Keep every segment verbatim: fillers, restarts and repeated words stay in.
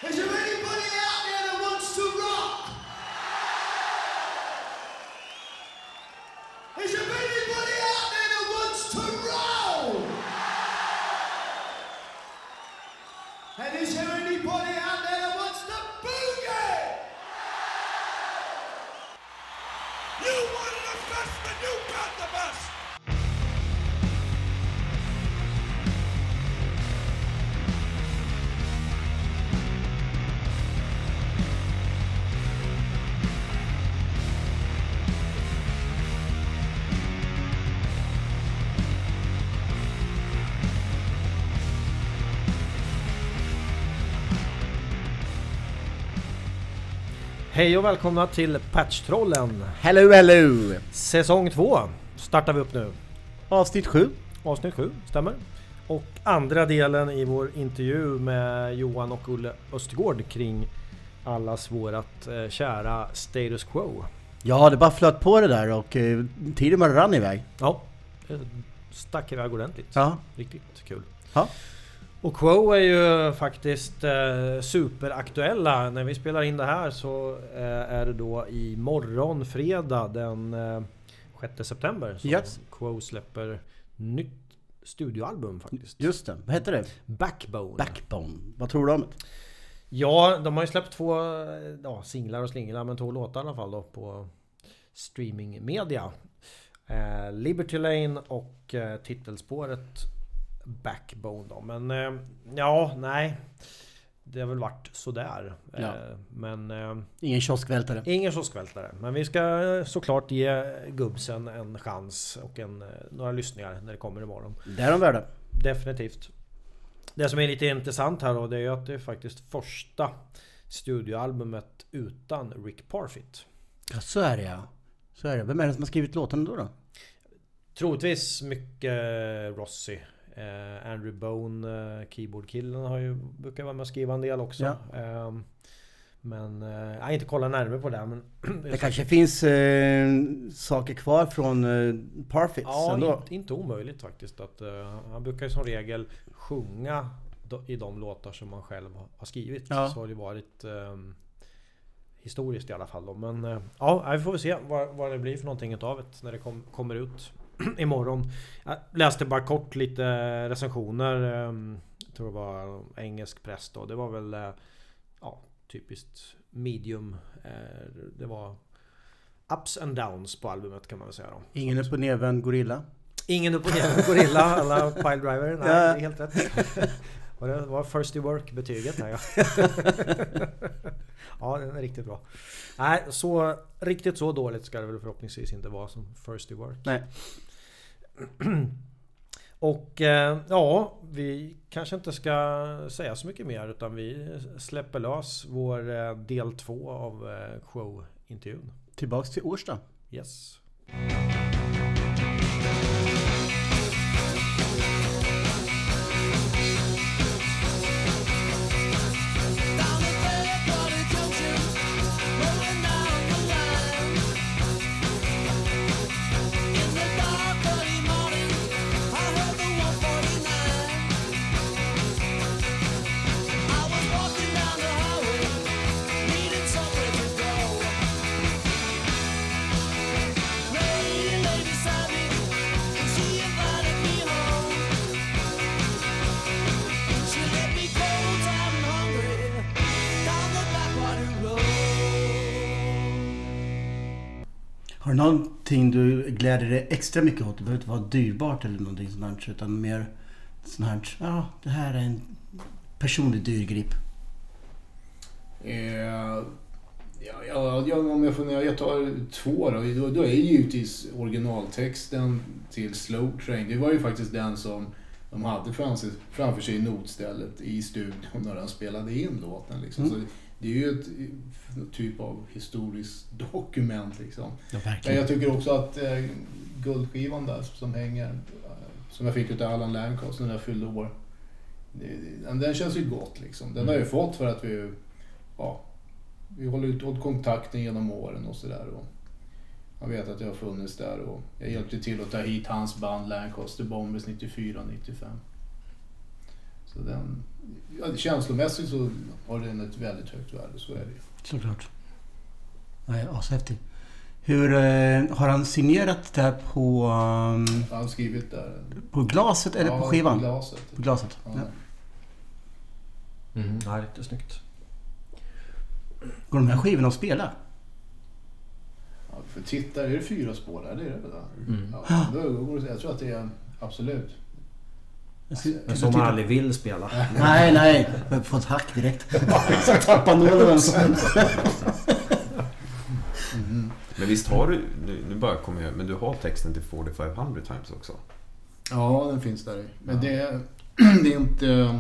Is there anybody out there that wants to rock? Is there anybody out there that wants to roll? And is there anybody out there that wants to boogie? You wanted the best, but you got the best. Hej och välkomna till Patchtrollen. Hello, hello! Säsong två startar vi upp nu. Avsnitt sju. Avsnitt sju, stämmer. Och andra delen i vår intervju med Johan och Olle Östergård kring allas vårat eh, kära Status Quo. Ja, det bara flöt på det där och eh, tiden bara rann iväg. Ja, det stack iväg ordentligt. Ja. Riktigt kul. Ja. Och Quo är ju faktiskt eh, superaktuella. När vi spelar in det här så eh, är det då i morgon fredag den eh, sjätte september som yes. Quo släpper nytt studioalbum faktiskt. Just det, vad heter det? Backbone. Backbone, vad tror du om det? Ja, de har ju släppt två ja, singlar och slinglar, men två låtar i alla fall då på streamingmedia. Eh, Liberty Lane och eh, titelspåret Backbone då. Men eh, ja, nej. Det har väl varit sådär. Ja. Eh, men eh, Ingen kioskvältare. Ingen kioskvältare. Men vi ska såklart ge gubbsen en chans och en, några lyssningar när det kommer imorgon. Det är de värda. Definitivt. Det som är lite intressant här då, det är ju att det är faktiskt första studioalbumet utan Rick Parfitt. Ja, så är det ja. Så är det. Vem är det som har skrivit låten då då? Troligtvis mycket Rossi. Eh, Andrew Bone, eh, keyboardkillen, har ju, brukar vara med och skriva en del också. Ja. Eh, men eh, jag har inte kollat närmare på det. Men Det kanske finns eh, saker kvar från eh, Parfitt. ja, inte, inte omöjligt faktiskt. Att, eh, han brukar ju som regel sjunga do, i de låtar som man själv har skrivit. Ja. Så har det varit eh, historiskt i alla fall. Då. Men eh, ja, vi får väl se vad, vad det blir för någonting av det när det kom, kommer ut imorgon. Jag läste bara kort lite recensioner. Jag tror det var engelsk press då. Det var väl ja, typiskt medium. Det var ups and downs på albumet kan man väl säga då. Ingen upp och nervänd gorilla. Ingen upp och nervänd gorilla. Alla pile driver. Nej, ja. Det är helt rätt. Och det var first to work betyget här. Ja, ja den är riktigt bra. Nej, så riktigt så dåligt ska det väl förhoppningsvis inte vara som first to work. Nej. Och eh, ja, vi kanske inte ska säga så mycket mer utan vi släpper lös vår eh, del två av eh, Quo-intervjun. Tillbaks till Årsta. Yes. Har du någonting du gläder dig extra mycket åt? Det behöver inte vara dyrbart eller någonting sånt här, utan mer sånt här, ja, det här är en personlig dyrgrip. Eh, ja, ja, ja, om jag får jag tar två då, då, då är ju givetvis originaltexten till Slow Train. Det var ju faktiskt den som de hade framför, framför sig i notstället i studion när de spelade in låten. Liksom. Mm. Så det är ju ett typ av historiskt dokument. Liksom. Ja, Men jag tycker också att eh, guldskivan där som hänger, eh, som jag fick ut av Allan Lancaster när jag fyllde år, det, det, den känns ju gott. Liksom. Den mm. har jag ju fått för att vi, ja, vi håller ut åt kontakten genom åren och sådär. Jag vet att jag har funnits där och jag hjälpte till att ta hit hans band Lancaster Bombers nittiofyra nittiofem. Så den, ja, känslomässigt så har den ett väldigt högt värde, så är det ju. Såklart. Nej, ashäftigt. Hur eh, har han signerat det här på... Um, Han har skrivit där. På glaset eller ja, på skivan? På glaset. På glaset, ja. ja. Mm, ja, lite snyggt. Går de här skivorna att spela? Ja, för tittare är det fyra spår där, det är det väl? Mm. Ja, då går det, jag tror att det är absolut. Men som man aldrig vill spela. Nej, nej. Jag har fått hack direkt. Jag tappar nålen. Mm. Men visst har du, nu, nu bara kommer jag, men du har texten till forty-five hundred times också? Ja, den finns där i. Men det, är, det är inte...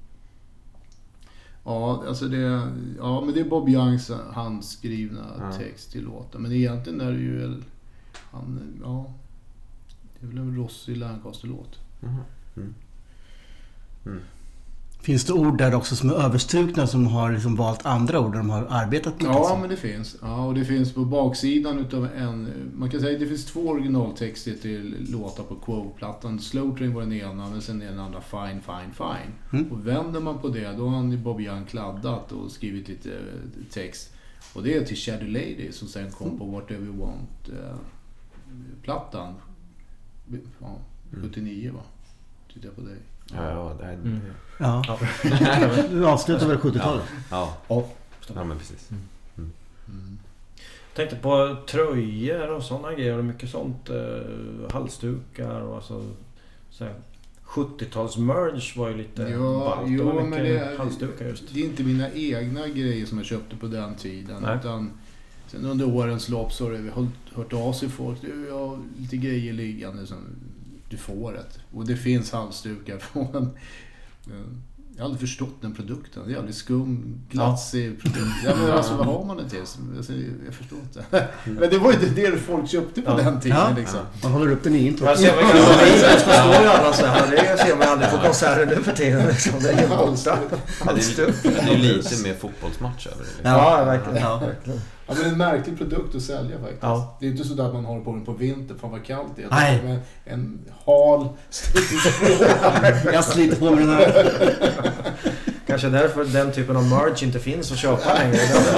Ja, alltså det, ja, men det är Bob Youngs handskrivna ja. text till låten. Men egentligen är det ju... Han, ja, det är väl en Rossi Lancaster-låt. Mm. Mm. Mm. Finns det ord där också som är överstrukna som har liksom valt andra ord där de har arbetat med? Ja, texten? men det finns. Ja, och det finns på baksidan utav en... Man kan säga att det finns två originaltexter till låtar på Quo-plattan. Slow Train var den ena, men sen är den andra Fine, Fine, Fine. Mm. Och vänder man på det, då har han Bob Young kladdat och skrivit lite text. Och det är till Shadow Lady som sen kom på Whatever You Want-plattan. Ja, sjuttionio, va? Tittar jag på dig. Ja, ja, det här... Mm. Ja. Ja. Du avslutar väl sjuttiotalet? Ja, ja. ja men precis. Mm. Mm. Mm. Jag tänkte på tröjor och sådana grejer och mycket sånt. Eh, halsdukar och alltså... Så här, sjuttio-tals merge var ju lite ja, ballt. Jo, det var mycket men det, halsdukar just. Det är inte mina egna grejer som jag köpte på den tiden. Nej. Utan sen under årens lopp så har vi hört av sig folk. Du, jag har lite grejer liggande som du får ett. Och det finns halsdukar från en... Jag har aldrig förstått den produkten. Det är aldrig skum, glassig produkt. Ja, men alltså, vad har man det till? Alltså, jag förstår inte. Men det var ju inte det folk köpte på ja. den tiden. Ja. Liksom. Man håller upp den i intro. Jag ser man kan står ju alla så här. Det ser man aldrig på konserter nu för tiden. Liksom. Det är helt borta. Ja, det är lite mer fotbollsmatch över det. Liksom. Ja, verkligen. Ja, verkligen. Ja, men det är en märklig produkt att sälja faktiskt. Ja. Det är inte så att man har på den på vinter, fan vad kallt det är. Nej. Men en hal jag sliter på mig den här. Kanske därför den typen av merch inte finns att köpa längre.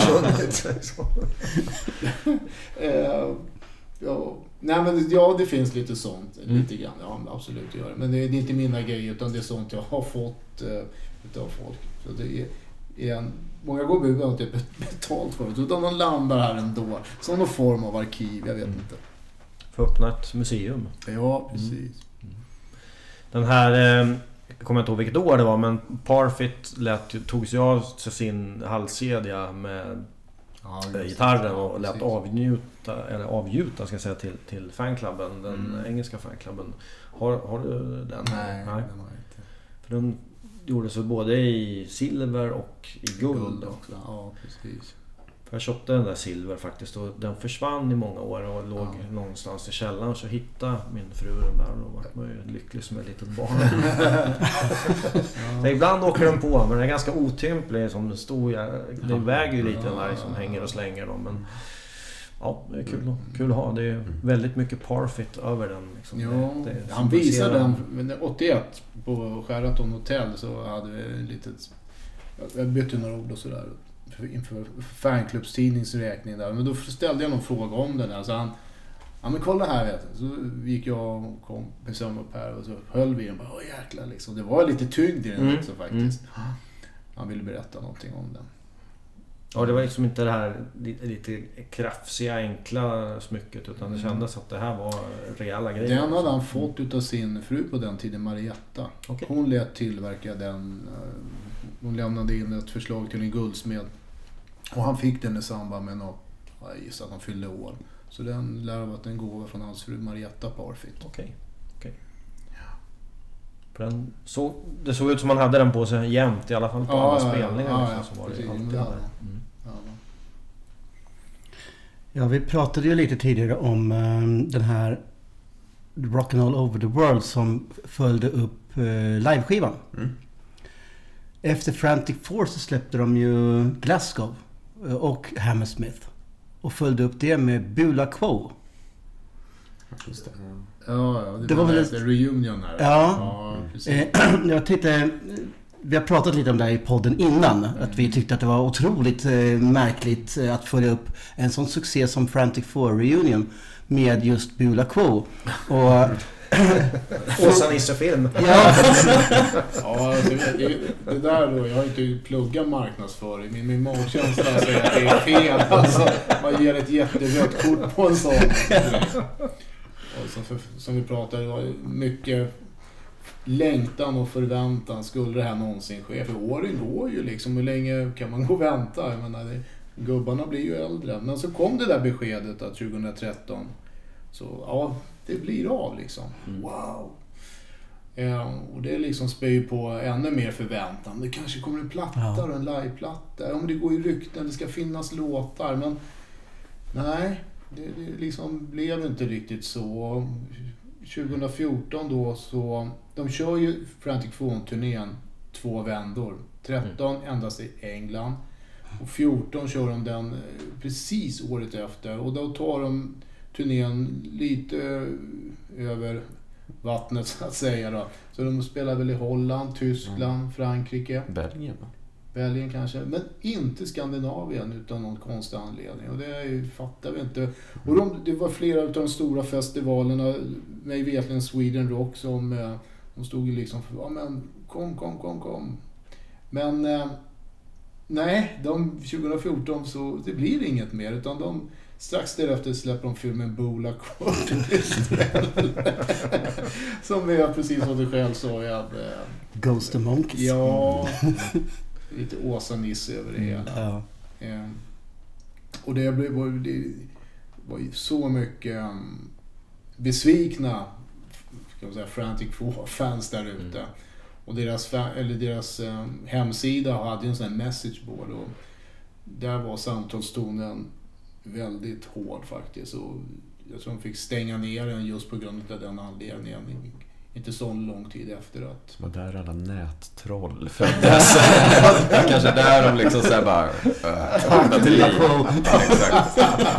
uh, ja. Nej, men ja, det finns lite sånt. Mm. Lite grann, ja absolut det gör det. Men det är, det är inte mina grejer utan det är sånt jag har fått uh, utav folk. Så det är, är en, många gånger behöver jag inte betalt för det. Utan de landar här ändå. Som någon form av arkiv, jag vet mm. inte. För öppna ett museum. Ja, precis. Mm. Den här, eh, jag kommer inte ihåg vilket år det var, men Parfit lät, tog sig av sin halskedja med ja, gitarren och lät avnjuta, eller avgjuta ska jag säga, till, till fanklubben, den mm. engelska fanklubben. Har, har du den? Nej, Nej. den har jag inte. För den gjordes så både i silver och i guld. guld också. Ja, precis. För jag köpte den där silver faktiskt och den försvann i många år och låg ja. någonstans i källaren, så hittade min fru den där och då var man ju lycklig som ett litet barn. ja. Ibland åker den på, men den är ganska otymplig som stor. Det väger ju lite den där som hänger och slänger dem, men ja, det är kul, kul att ha. Det är väldigt mycket Parfit över den. Liksom. Ja, det, det han visade den, men åttioett på Sheraton Hotel så hade vi ett litet, jag bytte några ord och sådär inför fanklubbstidningsräkning där, men då ställde jag någon fråga om den där, så han, ja men kolla här vet du. Så gick jag och kompisar upp här och så höll vi den bara, åh jäklar liksom, det var lite tyngd i den mm. också faktiskt. Mm. Han ville berätta någonting om den. Ja, det var liksom inte det här lite krafsiga, enkla smycket, utan det kändes att det här var rejäla grejer. Den hade han fått utav sin fru på den tiden, Marietta. Okay. Hon lät tillverka den, hon lämnade in ett förslag till en guldsmed och han fick den i samband med något, jag gissar att han fyllde år. Så den lär ha varit en gåva från hans fru Marietta Parfit. Okej, okay. okej. Okay. Ja. Den så, det såg ut som man hade den på sig jämt, i alla fall på ja, alla spelningar. Ja, ja, liksom, så var precis. det alltid Ja, mm. ja. Ja, vi pratade ju lite tidigare om um, den här Rock'n'All All Over the World som följde upp uh, liveskivan. Mm. Efter Frantic Force så släppte de ju Glasgow uh, och Hammersmith och följde upp det med Bula Quo. Just det. Ja, ja, det, det var väl en reunion här. Ja, ja precis. jag tittade, vi har pratat lite om det här i podden innan. Mm. Att vi tyckte att det var otroligt eh, märkligt eh, att följa upp en sån succé som Frantic Four Reunion med just Beulah Quo. Och Åsa Nisse-film. Ja. Ja, alltså, det, det där då, jag har inte pluggat marknadsföring. Min, min magkänsla säger att det är fel. Alltså, man ger ett jätterött kort på en sån. Och så för, som vi pratade, det var mycket längtan och förväntan. Skulle det här någonsin ske? För åren går ju liksom. Hur länge kan man gå och vänta? Jag menar, det, gubbarna blir ju äldre. Men så kom det där beskedet att tjugohundratretton. Så ja, det blir av liksom. Mm. Wow! Ja, och det liksom spär ju på ännu mer förväntan. Det kanske kommer en platta ja. och en liveplatta. Om det går i rykten, det ska finnas låtar. Men nej, det, det liksom blev inte riktigt så. tjugohundrafjorton då så... De kör ju Frantic Four-turnén två vändor. tretton mm. endast i England. Och fjorton kör de den precis året efter. Och då tar de turnén lite över vattnet så att säga då. Så de spelar väl i Holland, Tyskland, mm. Frankrike. Belgien va? Belgien kanske, men inte Skandinavien utan någon konstig anledning. Och det är ju, fattar vi inte. Och de, det var flera av de stora festivalerna, mig vetligen Sweden Rock, som eh, de stod ju liksom för, ja men kom, kom, kom, kom. Men eh, nej, de tjugohundrafjorton så det blir inget mer utan de strax därefter släpper de filmen Beulah Quo som är precis som du själv sa. Ja, Ghost the Monkeys. Ja, lite Åsa Nisse över det hela. Ja. Eh, och det var, det var ju så mycket um, besvikna ska man säga, Frantic Four-fans där ute. Mm. Och deras, eller deras um, hemsida hade en sån här messageboard och där var samtalstonen väldigt hård faktiskt. Och jag tror de fick stänga ner den just på grund av den anledningen. Inte så lång tid efter att... Och där alla nättroll föddes. Kanske där de liksom såhär bara... Äh, till liv. Ja, exakt.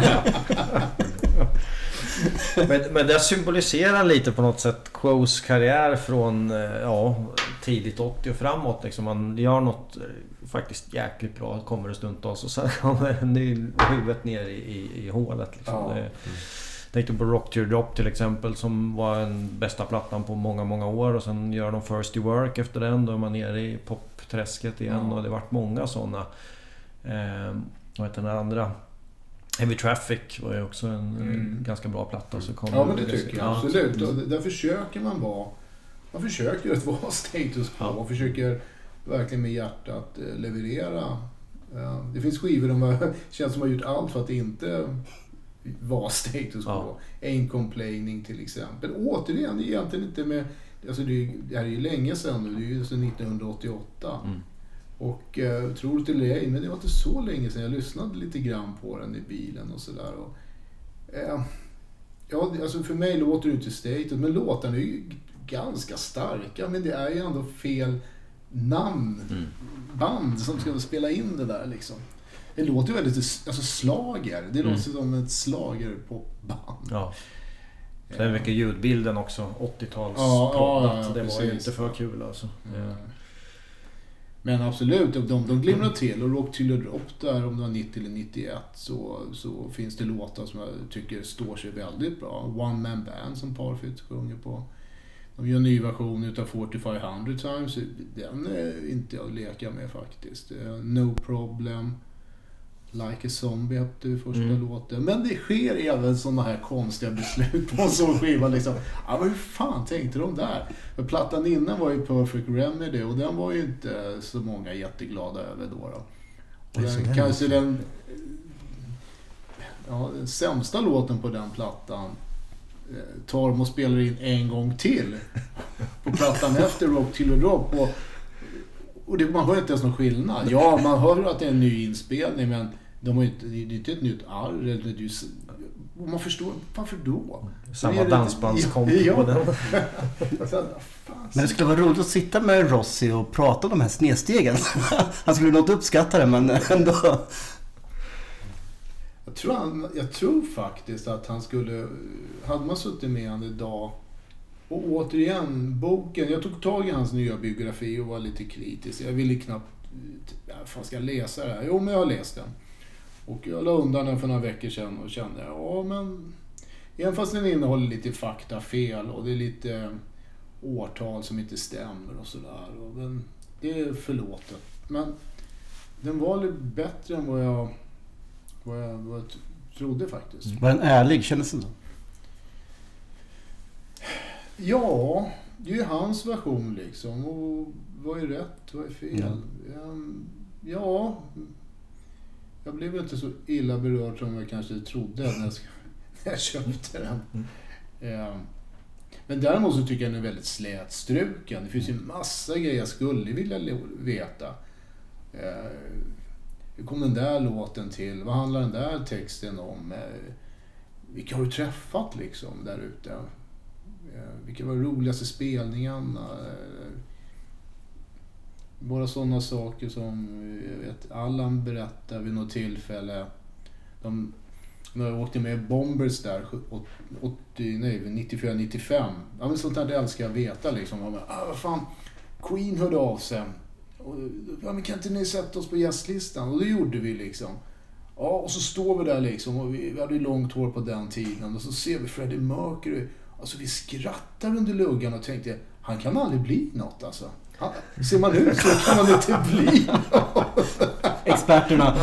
men, men det symboliserar lite på något sätt Quos karriär från ja, tidigt åttio och framåt. Liksom. Man gör något faktiskt jäkligt bra, kommer det stundtals och sen kommer huvudet ner i, i, i hålet. Liksom. Ja. Det, tänkte på Rock to Drop till exempel som var den bästa plattan på många, många år och sen gör de First Work efter den, då är man nere i popträsket igen mm. och det har varit många sådana. Eh, vad heter den andra? Heavy Traffic var ju också en mm. ganska bra platta. Så kom ja men det tycker jag, absolut. Och där försöker man vara, man försöker att vara status quo och ja. försöker verkligen med hjärtat leverera. Det finns skivor de känns som har gjort allt för att det inte var status quo. Ja. Ain't Complaining till exempel. Återigen, det är egentligen inte med... Alltså det, det här är ju länge sedan nu, det är ju sedan nittonhundraåttioåtta. Mm. Och eh, tror det eller ej, men det var inte så länge sedan jag lyssnade lite grann på den i bilen och sådär. Eh, ja, alltså för mig låter det inte status, men låtarna är ju ganska starka, men det är ju ändå fel namn, mm. band som ska spela in det där liksom. Det låter ju väldigt, alltså slager. Det mm. låter som ett slager på band. Ja. Sen mycket ljudbilden också, åttio-tals ja, ja, ja, det precis. var ju inte för kul alltså. Mm. Men absolut, de, de glimrar till och Rock till Drop där om det var nittio eller nittioett så, så finns det låtar som jag tycker står sig väldigt bra. One Man Band som Parfit sjunger på. De gör en ny version utav forty-five hundred times. Den är inte att leka med faktiskt. No Problem. Like a Zombie hette du första mm. låten. Men det sker även sådana här konstiga beslut på en sån skiva. Liksom. Ja, men hur fan tänkte de där? För plattan innan var ju Perfect Remedy och den var ju inte så många jätteglada över då. då. Och den, kanske den, ja, den sämsta låten på den plattan tar de och spelar in en gång till på plattan efter Rock till och Drop. Och, och det, man hör inte ens någon skillnad. Ja, man hör att det är en ny inspelning men de har inte, det är inte ett nytt arr eller det är, man förstår, varför då? Samma dansbandskomp ja, på den. Men det skulle vara roligt att sitta med Rossi och prata om de här snedstegen. Han skulle nog uppskatta det, men ändå. Jag tror, han, jag tror faktiskt att han skulle, hade man suttit med han idag Och återigen, boken, jag tog tag i hans nya biografi och var lite kritisk. Jag ville knappt, ja, fan ska jag läsa det här? Jo, men jag har läst den. Och jag la undan den för några veckor sedan och kände, ja men, även fast den innehåller lite faktafel och det är lite årtal som inte stämmer och sådär. Och den, det är förlåtet. Men den var lite bättre än vad jag, vad jag, vad jag trodde faktiskt. Var den ärlig, kändes det så? Ja, det är ju hans version liksom. Och vad är rätt, vad är fel? Mm. Ja, jag blev inte så illa berörd som jag kanske trodde när jag, när jag köpte den. Mm. Men däremot så tycker jag den är väldigt slätstruken. Det finns ju massa grejer jag skulle vilja veta. Hur kom den där låten till? Vad handlar den där texten om? Vilka har du träffat liksom där ute? Vilka var roligaste spelningarna? Bara sådana saker som jag vet, Allan berättar vid något tillfälle. De, när jag åkte med Bombers där åttio, nej, nittiofyra nittiofem. Ja, men sånt där det älskar jag veta liksom. Jag bara, ah, vad fan, Queen hörde av sig. Och, ja, men kan inte ni sätta oss på gästlistan? Och det gjorde vi liksom. Ja, och så står vi där liksom. Och vi, vi hade ju långt hår på den tiden. Och så ser vi Freddie Mercury. Alltså vi skrattar under luggan och tänkte, han kan aldrig bli något alltså. Han, ser man ut så kan man inte bli något. Experterna.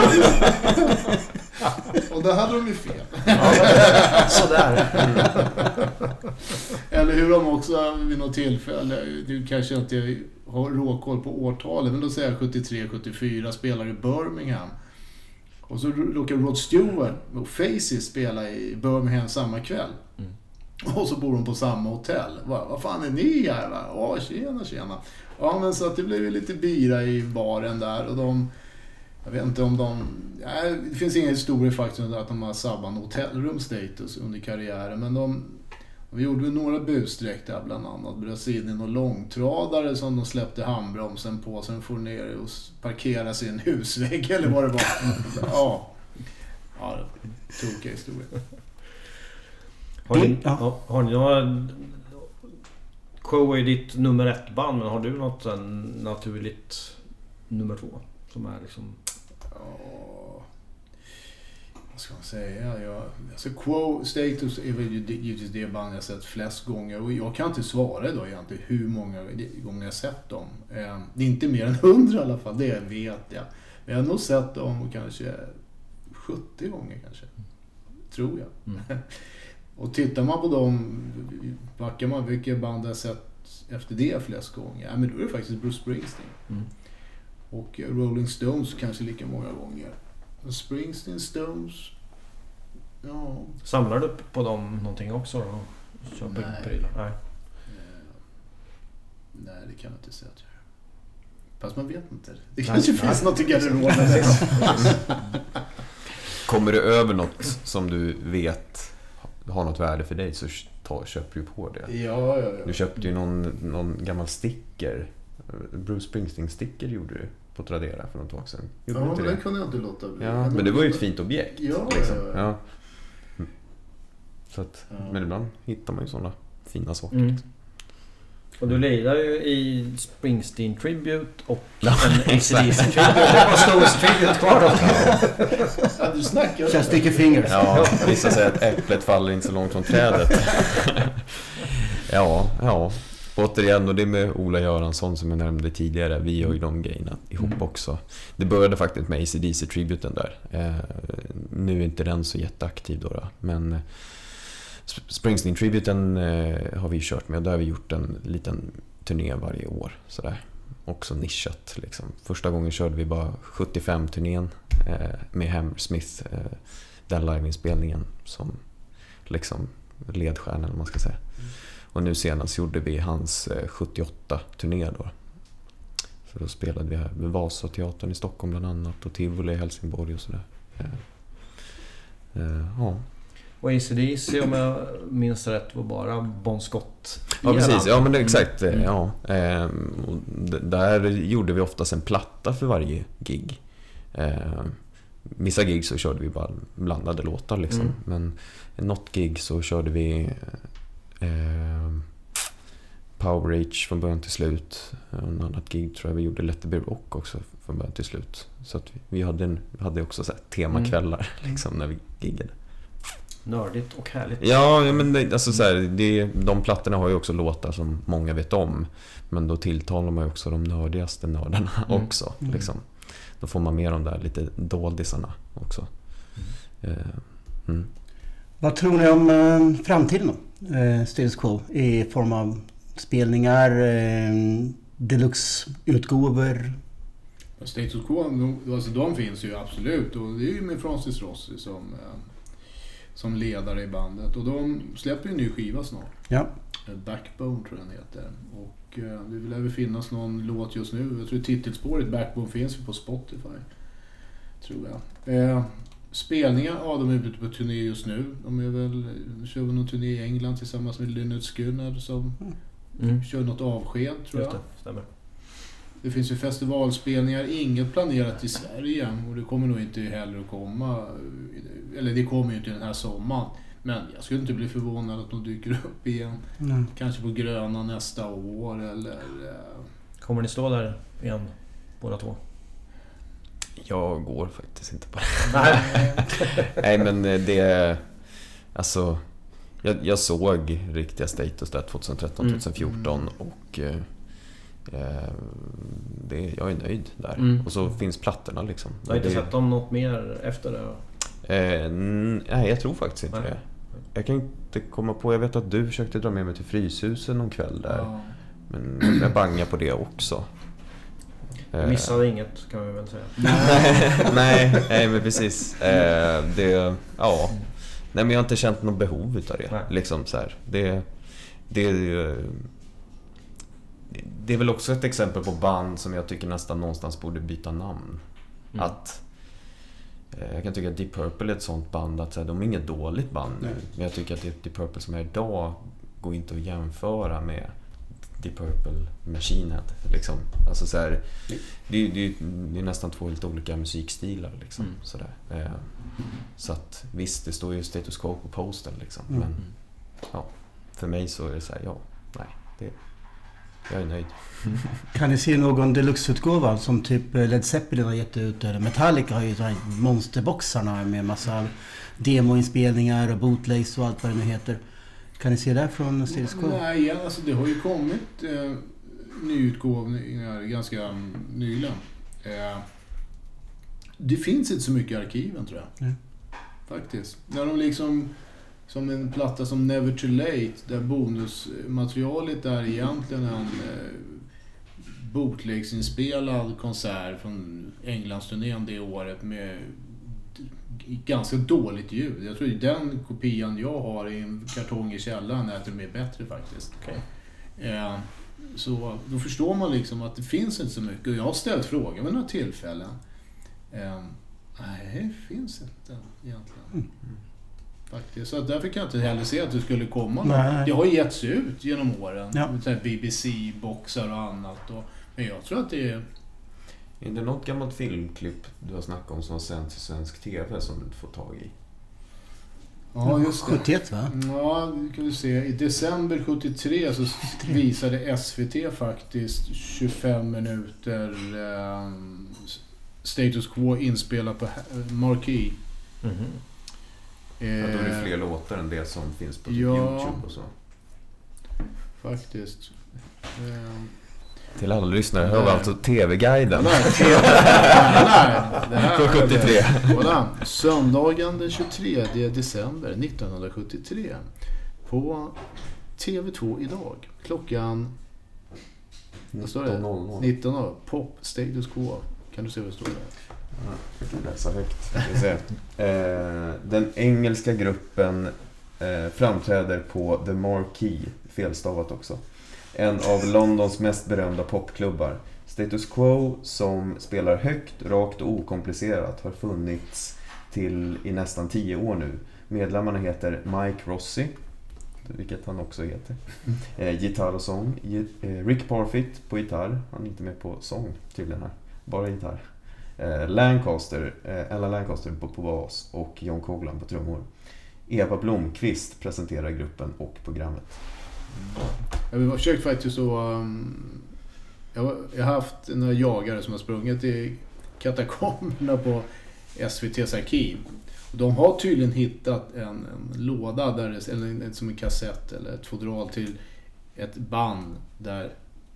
Och där hade de ju fel. Ja, sådär. Mm. Eller hur de också vid något tillfälle, du kanske inte har råkoll på årtalet, men då säger jag sjuttiotre sjuttiofyra spelar i Birmingham. Och så råkar Rod Stewart och Faces spela i Birmingham samma kväll. Mm. Och så bor de på samma hotell. Vad, vad fan är ni här va? Ja, tjena, tjena. Ja, men så att det blev ju lite bira i baren där. Och de, jag vet inte om de... Nej, det finns ingen historia faktiskt att de har sabbat hotellrumstatus under karriären. Men de... Vi gjorde några bussträck där bland annat. Bröts in i någon långtradare som de släppte handbromsen på. Sen får ner och parkera sig i en husvägg eller vad det var. Ja. Ja, tokiga historia. Har ni, ja. har ni några... Quo är ditt nummer ett band, men har du något en, naturligt nummer två? Som är liksom... Ja... Vad ska man säga? Jag, alltså Quo Status är väl givetvis det band jag sett flest gånger. Och jag kan inte svara idag egentligen hur många gånger jag sett dem. Det är inte mer än hundra i alla fall, det vet jag. Men jag har nog sett dem kanske sjuttio gånger kanske. Tror jag. Mm. Och tittar man på dem, backar man vilka band jag sett efter det flest gånger. Ja, men då är det faktiskt Bruce Springsteen. Mm. Och Rolling Stones kanske lika många gånger. Och Springsteen, Stones, ja. Samlar du på dem någonting också då? Köper Nej. prylar? Nej. Nej, det kan jag inte säga att jag gör. Fast man vet inte. Det kanske nej, finns nej. något i garderoben. Kommer du över något som du vet har något värde för dig, så ta, köper du på det. Ja, ja, ja. Du köpte ju någon, någon gammal sticker. Bruce Springsteen sticker gjorde du på Tradera för något tag sedan. Gjorde ja, men det den kunde jag inte låta bli. Ja, men det var ju ett fint objekt. Ja, liksom. ja, ja. ja. Så att, ja. Men ibland hittar man ju sådana fina saker. Mm. Och du lirar ju i Springsteen Tribute och en A C D C Tribute. Det var Stones Tribute kvar då. Ja, du snackar. Just sticky fingers. Ja, vissa säger att äpplet faller inte så långt från trädet. Ja, ja. Återigen, och det med Ola Göransson som jag nämnde tidigare. Vi gör ju de grejerna ihop mm. också. Det började faktiskt med A C D C-tributen där. Eh, nu är inte den så jätteaktiv då, då. Men Springsteen-tributen eh, har vi kört med. Och där har vi gjort en liten turné varje år. Sådär. Också nischat liksom. Första gången körde vi bara sjuttiofem-turnén eh, med Hammersmith. Eh, den liveinspelningen som liksom ledstjärnan, om man ska säga. Mm. Och nu senast gjorde vi hans sjuttioåtta-turné då. Så då spelade vi här med Vasateatern i Stockholm bland annat och Tivoli i Helsingborg och sådär. Ja. Och A C D C, om jag minns rätt, var bara Bon Scott. Ja, precis. Ja, men det är exakt. Mm. Ja. Och där gjorde vi oftast en platta för varje gig. Vissa gig så körde vi bara blandade låtar liksom. Mm. Men något gig så körde vi... Eh, Power Age från början till slut. En annat gig tror jag vi gjorde, Let It Be Rock också från början till slut. Så att vi, vi hade, en, vi hade också så här temakvällar mm. liksom, när vi giggade. Nördigt och härligt. Ja, men det, alltså så här, det, de plattorna har ju också låtar som många vet om. Men då tilltalar man ju också de nördigaste nördarna mm. också. Mm. Liksom. Då får man med de där lite doldisarna också. Mm. Uh, mm. Vad tror ni om eh, framtiden då? Eh, Status Quo i form av spelningar, eh, deluxe-utgåvor? Status Quo, de, alltså de finns ju absolut. Och det är ju med Francis Rossi som, eh, som ledare i bandet. Och de släpper ju en ny skiva snart. Ja. Backbone tror jag den heter. Och eh, det vill även finnas någon låt just nu. Jag tror titelspåret Backbone finns ju på Spotify. Tror jag. Eh, Spelningar, ja de är ute på turné just nu. De är väl, kör väl någon turné i England tillsammans med Lynyrd Skynyrd som mm. kör något avsked tror jag. Just det, stämmer. Det finns ju festivalspelningar, inget planerat i Sverige och det kommer nog inte heller att komma. Eller det kommer ju inte den här sommaren. Men jag skulle inte bli förvånad att de dyker upp igen. Mm. Kanske på Gröna nästa år eller... Kommer ni stå där igen båda två? Jag går faktiskt inte på det. Nej. Nej men det... Alltså... Jag, jag såg riktiga Status där tjugotretton tjugofjorton mm. och... Eh, det, jag är nöjd där. Mm. Och så finns plattorna liksom. Du har inte det, sett dem något mer efter det? Eh, nej, jag tror faktiskt inte nej. det. Jag kan inte komma på... Jag vet att du försökte dra med mig till Fryshusen någon kväll där. Ja. Men jag bangade på det också. Jag missade inget kan vi väl säga. nej, nej, men precis. Eh, det, ja. Nej, men jag har inte känt något behov utav det. Nej. Liksom så här. Det, det, det är väl också ett exempel på band som jag tycker nästan någonstans borde byta namn. Mm. Att jag kan tycka att Deep Purple är ett sånt band att de är inget dåligt band nu. Nej. Men jag tycker att Deep Purple som är idag går inte att jämföra med Deep Purple Machine Head liksom. Alltså så här, det, det, det är nästan två helt olika musikstilar liksom, mm. sådär. Eh, så att visst, det står ju Status Quo på posten liksom. Mm. Men ja, för mig så är det så här, ja, nej, det, jag är nöjd. Kan ni se någon deluxe-utgåva som typ Led Zeppelin har gett ut, eller Metallica har ju sådana här monsterboxarna med massa demoinspelningar och bootlegs och allt vad det nu heter. Kan ni se det från Status Quo? Nej, alltså det har ju kommit eh, nyutgåvningar ganska nyligen. Eh, det finns inte så mycket i arkiven tror jag. Mm. Faktiskt. När de liksom, som en platta som Never Too Late, där bonusmaterialet är egentligen en eh, bootlegsinspelad konsert från Englandsturnén det året med ganska dåligt ljud. Jag tror att den kopian jag har i en kartong i källaren är till och med bättre faktiskt. Okay. Eh, så då förstår man liksom att det finns inte så mycket. Och jag har ställt frågor vid några tillfällen. Eh, nej, det finns inte egentligen. Mm. Faktiskt. Så därför kan jag inte heller se att det skulle komma något. Det har getts ut genom åren. Ja. Med B B C-boxar och annat. Och, men jag tror att det är... Är det något gammalt filmklipp du har snackat om som har sänts i svensk tv som du får tag i? Ja, just det. sjuttioett va? Ja, det kan vi se. I december sjuttiotre så visade S V T faktiskt tjugofem minuter eh, Status Quo inspelat på Marquee. Mm-hmm. Eh, ja, då är det fler låtar än det som finns på ja, YouTube och så. Faktiskt. Eh, Till alla lyssnare hör vi alltså T V-guiden. Nej, det här sjuttiotre. Voilà. Söndagen den tjugotredje december nittonhundrasjuttiotre på T V två idag. Klockan vad står det? nitton Pop Status Quo. Kan du se vad det står där? Ja, jag kan läsa högt. eh, den engelska gruppen eh, framträder på The Marquee, felstavat också. En av Londons mest berömda popklubbar. Status Quo, som spelar högt, rakt och okomplicerat, har funnits till i nästan tio år nu. Medlemmarna heter Mike Rossi, vilket han också heter. Eh, gitarr och sång. Eh, Rick Parfitt på gitarr. Han är inte med på sång tydligen här. Bara gitarr. Eh, Lancaster, eh, Ella Lancaster på, på bas och John Coglan på trummor. Eva Blomqvist presenterar gruppen och programmet. Jag har försökt faktiskt så... Um, jag, har, jag har haft några jagare som har sprungit i katakomberna på S V T:s arkiv. Och de har tydligen hittat en, en låda där det, eller en, som en kassett eller ett fodral till ett band där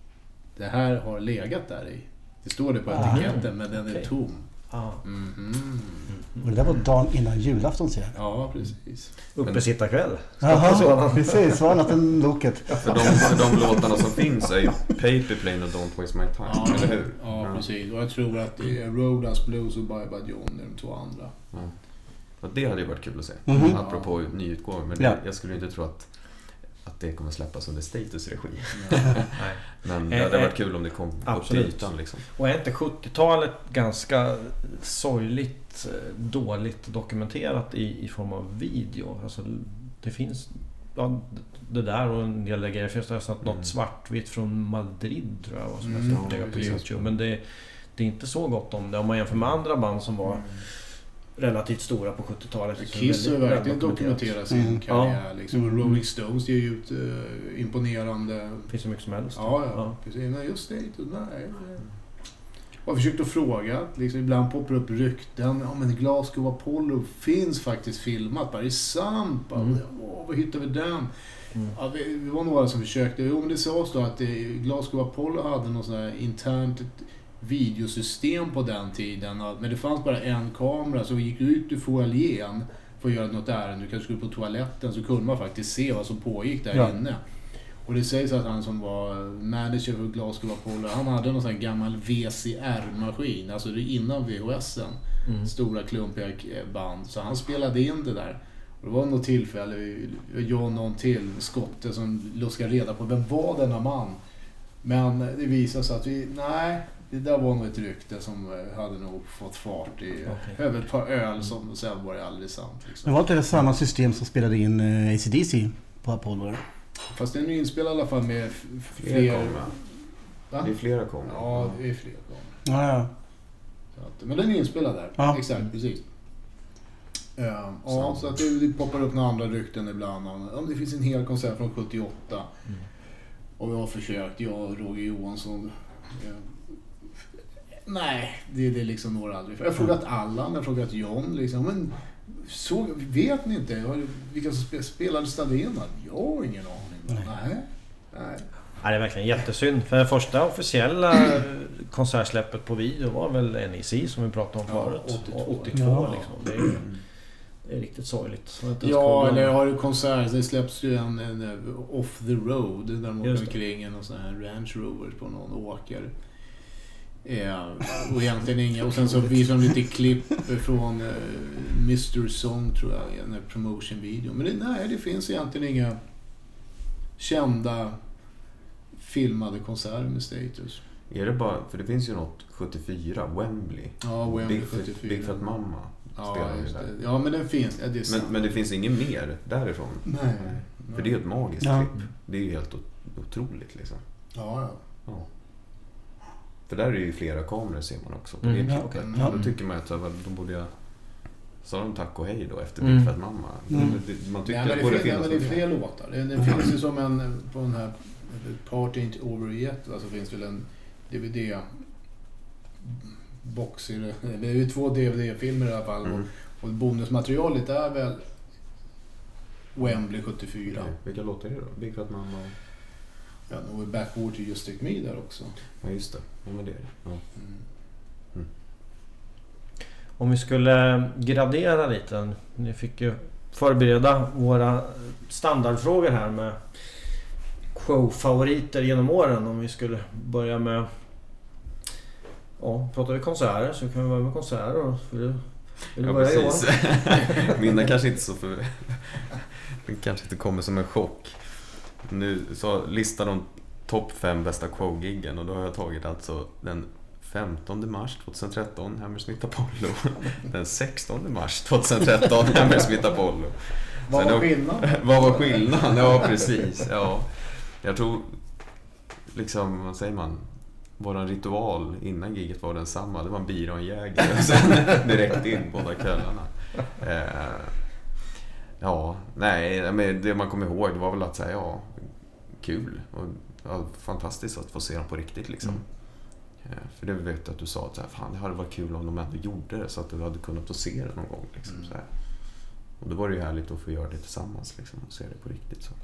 det här har legat där i. Det står det på etiketten, men den är tom. Ah. Mm-hmm. Och det där var dagen innan julafton, ser jag. Ja, precis. Uppesittarkväll. Jaha, precis. Var annat än loket. För de, för de låtarna som finns är ju Paper Plane och Don't Waste My Time, Ja, eller hur? Ja, ja, precis. Och jag tror att det är Rodas Blues och Bye Bye John, de två andra. Ja. Och det hade ju varit kul att se, Mhm. apropå nyutgåvor. Men Ja. det, jag skulle inte tro att, att det kommer släppas under Status regi. Nej. Men det Eh, hade eh, varit kul om det kom upp till absolut. ytan liksom. Och är inte sjuttiotalet ganska sorgligt eh, dåligt dokumenterat i, i form av video? Alltså det finns ja, det där och en del grejer. Det finns nästan Mm. något svartvitt från Madrid, tror jag, som Mm, jag såg ja, på precis. YouTube. Men det, det är inte så gott om det. Om man jämför med andra band som var relativt stora på sjuttiotalet. så är det Kiss har väldigt verkligen väldokumenterat. dokumenterat sin Mm. karriär. Liksom. Mm. Rolling Stones ger ju ut uh, imponerande... Det finns så mycket som helst. Ja, ja, precis. Nej, just Status, nej. Jag har försökt att fråga, liksom, ibland poppar upp rykten. Ja, men Glasgow Apollo finns faktiskt filmat. Bara, är det sant? Bara, Mm. Åh, vad hittar vi den? Mm. Ja, vi, vi var några som försökte. Jo, men det sades då att det, Glasgow Apollo hade något sånt här internt videosystem på den tiden. Men det fanns bara en kamera, så vi gick ut ur foajén för att göra något ärende. Du kanske skulle på toaletten, så kunde man faktiskt se vad som pågick där Ja. inne. Och det sägs att han som var manager för Glasgow Apollo, han hade någon sån här gammal V C R-maskin, alltså det är innan V H S:en. Mm. Stora klumpiga band. Så han spelade in det där. Och det var något tillfälle, jag och någon till skotte som luskade reda på vem var denna man. Men det visade sig att vi, nej, det där var nog ett rykte som hade nog fått fart i Okej. över ett par öl, som sen var det aldrig sant. Men Liksom. var inte det samma system som spelade in uh, A C D C på Apollo? Fast den är ju inspelad i alla fall med f- f- Fler fler... kameror. Va? Det är flera kameror. Ja, det är fler kameror. Ja, ja. Så att, men den är inspelad där. Ja. Exakt, precis. Uh, ja, Samma. så att det, det poppar upp några andra rykten ibland. Om, om det finns en hel konsert från sjuttioåtta. Mm. Och vi har försökt, jag och Roger Johansson. Uh, nej, det, det liksom når aldrig. Jag har frågat Allan, jag har frågat John. Liksom, men så, vet ni inte Har- vilka som spe- spelade Stadena? Jag har ingen aning. Nej. Nej. Nej. Ja, det är verkligen jättesynd. För det första officiella konsertsläppet på video var väl N E C som vi pratade om Ja, förut. åttiotvå. åttiotvå Ja. liksom. Det är, det är riktigt sorgligt. Så att det ens Ja, kommer- eller har du konsert, det släpps ju en, en Off the Road där de åker Just det. omkring en sån här Range Rover på någon åker. Ja, och egentligen inga. Och sen så visar de lite klipp från uh, mister Song, tror jag, en promotion-video. Men det, nej, det finns egentligen inga kända filmade konserter med Status. Är det bara, för det finns ju något sjuttiofyra, Wembley. Ja, Wembley Big, Fat- sjuttiofyra. Big Fat Mamma Ja, spelar ju just där. det. Ja, men den finns. Ja, det är Men, sant. men det finns inget mer därifrån. Nej. För det är ju ett magiskt Ja. klipp. Det är ju helt o- otroligt liksom. Ja, ja. Ja. För där är det ju flera kameror, ser man också på Mm, det ja, klippet. okej. Då tycker man att så här, de borde ha... Sa de tack och hej då efter Mm. Big Fat Mamma? Mm. Det- Man tycker Nej, men att det, borde finns, finnas men det är något fler mer. låtar. Det, det finns ju som en, på den här Party Ain't Over Yet, alltså finns väl en D V D box i det. Det är ju två D V D-filmer i alla fall. Mm. Och, och bonusmaterialet är väl Wembley sjuttiofyra. Okej, vilka låtar är det då? Big Fat Mamma och... Ja, och Backwater Just Take Me där också. Ja, just det. Ja, men det är det. Ja. Mm. Om vi skulle gradera lite. Ni fick ju förbereda våra standardfrågor här med showfavoriter genom åren. Om vi skulle börja med... Ja, pratar vi konserter så kan vi börja med konserter. Vill du, vill du Ja, börja i år? precis. Mina kanske inte så för... Den kanske inte kommer som en chock. Nu så listar de topp fem bästa showgiggen och då har jag tagit alltså den femtonde mars tjugohundratretton Hammersmith Apollo. Den sextonde mars tjugohundratretton Hammersmith Apollo. Vad Sen var då- skillnaden? Vad var skillnaden? Ja, precis. Ja. Jag tror liksom, vad säger man? Våran ritual innan giget var densamma. Det var en bira och en jäger. Och sen direkt in båda kvällarna. Eh, ja, nej, men det man kommer ihåg det var väl att säga ja, kul. Och ja, fantastiskt att få se dem på riktigt liksom. Mm. För det vet jag att du sa att så här, fan, det hade varit kul om de ändå gjorde det så att du hade kunnat få se det någon gång. Liksom, mm. så här. Och då var det ju härligt att få göra det tillsammans liksom, och se det på riktigt. Så,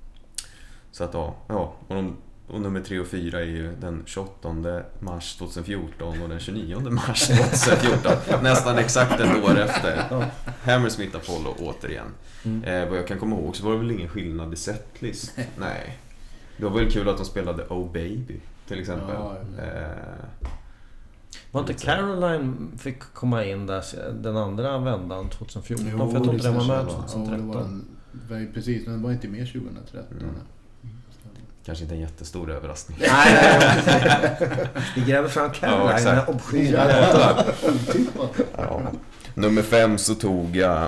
så att ja, ja och, de, och nummer tre och fyra är ju den tjugoåttonde mars tjugohundrafjorton och den tjugonionde mars tjugohundrafjorton. Nästan exakt ett år efter. Ja. Hammersmith Apollo återigen. Mm. Eh, vad jag kan komma ihåg så var det väl ingen skillnad i setlist. Nej. Det var väl kul att de spelade Oh Baby till exempel. Ja, ja. Eh, var inte Caroline fick komma in där den andra vändan tjugohundrafjorton? Jo, för jag tror inte den var med tjugohundratretton. Ja, det var en, var, precis, men den var inte med tjugohundratretton. Mm. Kanske inte en jättestor överraskning. Nej, nej. Vi gräver fram Caroline. Ja, obskyra. Ja. Nummer fem så tog jag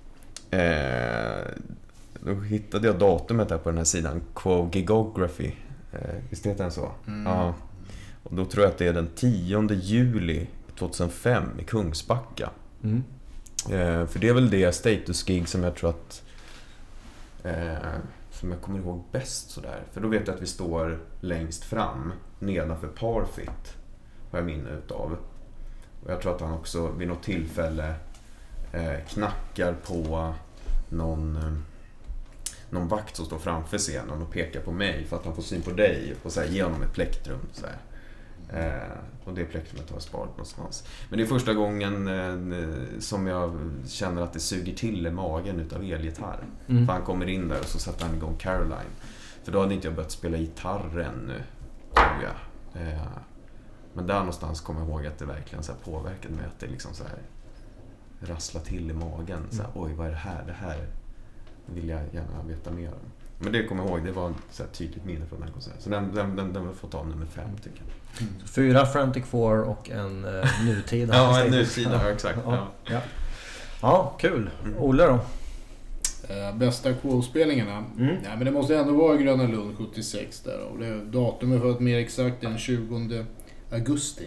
eh, då hittade jag datumet där på den här sidan Quo Gigography. Eh, visst heter den så? Mm. Ja. Och då tror jag att det är den tionde juli tjugohundrafem i Kungsbacka. Mm. Eh, för det är väl det status-gig som jag tror att eh, som jag kommer ihåg bäst sådär. För då vet jag att vi står längst fram nedanför Parfit, har jag minne utav. Och jag tror att han också vid något tillfälle eh, knackar på någon, eh, någon vakt som står framför scenen och pekar på mig för att han får syn på dig och så här, ge honom ett plektrum. Så här. Eh, och det plektrumet har jag sparat någonstans. Men det är första gången eh, som jag känner att det suger till i magen utav elgitarr. Mm. För han kommer in där och så sätter han igång Caroline. För då hade inte jag börjat spela gitarr ännu, tror jag. Eh, men där någonstans kommer jag ihåg att det verkligen så här påverkade mig, att det liksom så här rasslar till i magen. Så här, oj, vad är det här? Det här vill jag gärna veta mer om. Men det kommer jag ihåg, det var så här tydligt minne från den här konserten. Så den, den, den, den får ta nummer fem, tycker jag. Mm. Fyra Frantic Four och en uh, nutida. Ja, en nutida, ja, exakt. Ja, ja. Ja, kul. Mm. Olle då? Uh, bästa Quo-spelningarna? Mm. Ja, men det måste ändå vara Gröna Lund sjuttiosex där. Och det datumet för att mer exakt den tjugonde augusti.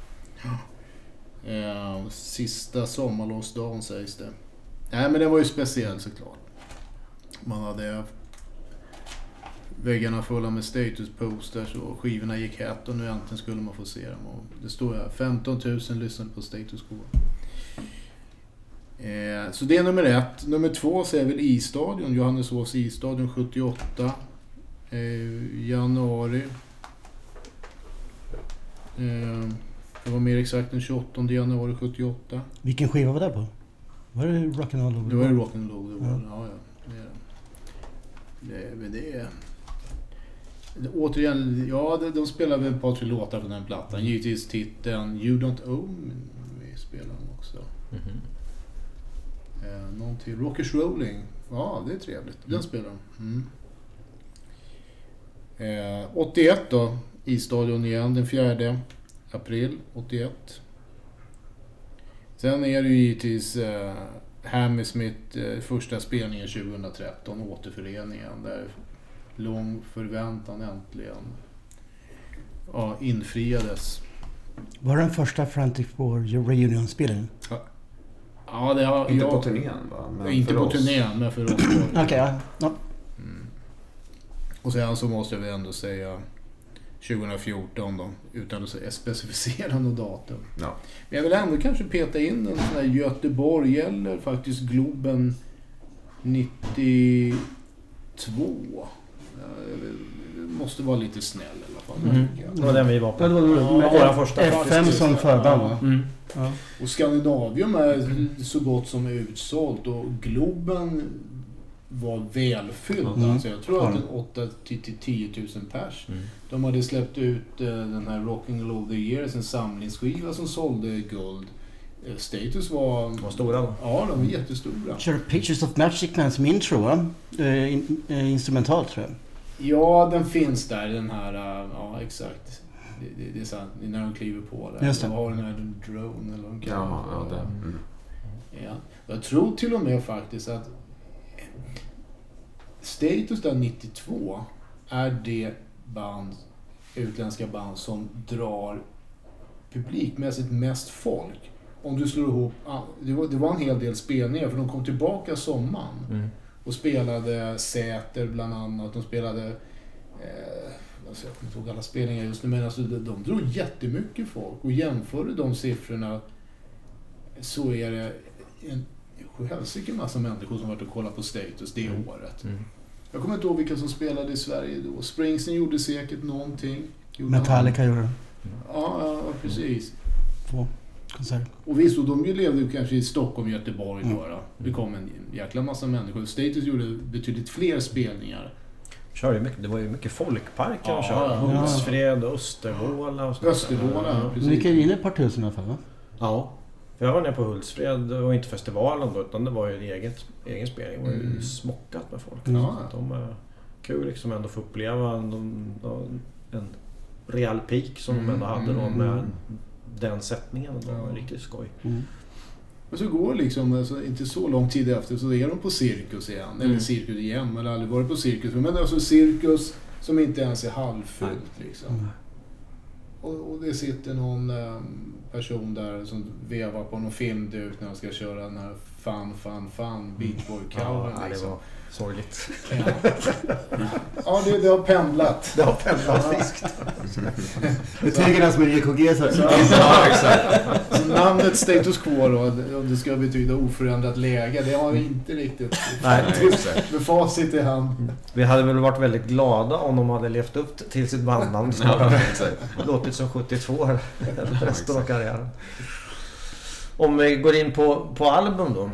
Uh, sista sommarlovsdagen sägs det. Nej, men det var ju speciellt såklart. Man hade väggarna fulla med status posters och skivorna gick hett och nu äntligen skulle man få se dem. Och det står här, femton tusen lyssnade på Status Quo. Eh, så det är nummer ett. Nummer två så är väl I-stadion, Johanneshovs I-stadion sjuttioåtta. Eh, januari. Eh, det var mer exakt den tjugoåttonde januari sjuttioåtta. Vilken skiva var det på? Var det Rock'n'Roll? Det var ju Rock'n'Roll. Ja, ja. ja. Det, det, det är... Återigen, ja, de, de spelar väl ett par tre låtar på den plattan. Givetvis titeln You Don't Own vi spelar de också. Mm-hmm. Eh, någonting, Rockers Rolling. Ja, det är trevligt. Den mm. spelar de. Mm. Eh, åttioett då, i stadion igen, den fjärde april åttioett. Sen är det ju givetvis eh, Hammersmith eh, första spelningen tjugohundratretton, återföreningen där lång förväntan äntligen ja, infriades. Var den första Frantic Four reunion-spelningen? Ja. Ja, det har, inte jag, på turnén va? Men inte på oss. turnén, men för oss. Okej, okay, ja. ja. Mm. Och sen så måste vi ändå säga tjugohundrafjorton då, utan att specificera något datum. Ja. Men jag vill ändå kanske peta in en sån här Göteborg eller faktiskt Globen nittiotvå. Det måste vara lite snäll i alla fall. Mm. Det var den vi var på. Ja, det var ja, våra första F M som förband. Ja. Mm. Ja. Och Skandinavium är så gott som utsålt och Globen var välfylld. Mm. Alltså jag tror att det åtta till tio tusen pers. Mm. De hade släppt ut uh, den här Rocking All the Years, en samlingsskiva som sålde guld. Uh, Status var... var stora då? Ja, de var jättestora. Kör Pictures of Magic Man som intro, va? Uh, in, uh, instrumentalt tror jag. Ja, den finns där, den här, uh, ja exakt. Det, det, det är sant, det är när de kliver på där. Just det. De har den här drone eller vad de kallar ja, ja, det. Mm. Ja. Jag tror till och med faktiskt att Status där nittiotvå är det band, utländska band som drar publikmässigt mest folk. Om du slår ihop, det var, det var en hel del spelningar för de kom tillbaka sommaren mm. och spelade Säter bland annat. De spelade eh, alltså jag kommer inte ihåg alla spelningar just nu, men alltså de, de drog jättemycket folk, och jämför du de siffrorna så är det en helsike massa människor som varit och kollat på Status det Mm. året. Mm. Jag kommer inte ihåg vilka som spelade i Sverige då. Springsteen gjorde säkert någonting. Gjorde Metallica han. gjorde det. Ja, ja, precis. Två konserter. Och visst, och de ju levde ju kanske i Stockholm, Göteborg Mm. då, då. Det kom en jäkla massa människor. Status gjorde betydligt fler spelningar. Körde ju mycket, det var ju mycket folkparker Ja, de körde. ja. Hultsfred, Östervåla och sånt. Östervåla, Ja. Men precis. det gick in ett par tusen i alla fall, va? Ja. För jag var nere på Hultsfred och inte festivalen då, utan det var ju en eget, egen spelning. Det var ju Mm. smockat med folk. Mm. Så att de är kul liksom ändå få uppleva en, en, en real peak som Mm. de ändå hade då Mm. med den sättningen. Det var Ja. riktigt skoj. Mm. Och så går liksom, alltså, inte så lång tid efter så är de på Cirkus igen. Mm. Eller Cirkus igen, man har aldrig varit på Cirkus. Men alltså Cirkus som inte ens är halvfullt liksom. Mm. Och, och det sitter någon um, person där som vevar på någon filmduk när de ska köra den här Fun, Fun, Fun Beat Boy-covern. Ja, det liksom. var sorgligt. Ja, ja det, det har pendlat. Det har pendlat friskt. Du tycker den som är E K G så här. Ja, exakt. Så namnet Status Quo då, om det ska betyda oförändrat läge, det har vi inte riktigt. Nej, exakt. Med facit i hand. Vi hade väl varit väldigt glada om de hade levt upp till sitt bandnamn som Ja, har exakt. låtit som sjuttiotvå resten av karriären. Om vi går in på, på album då.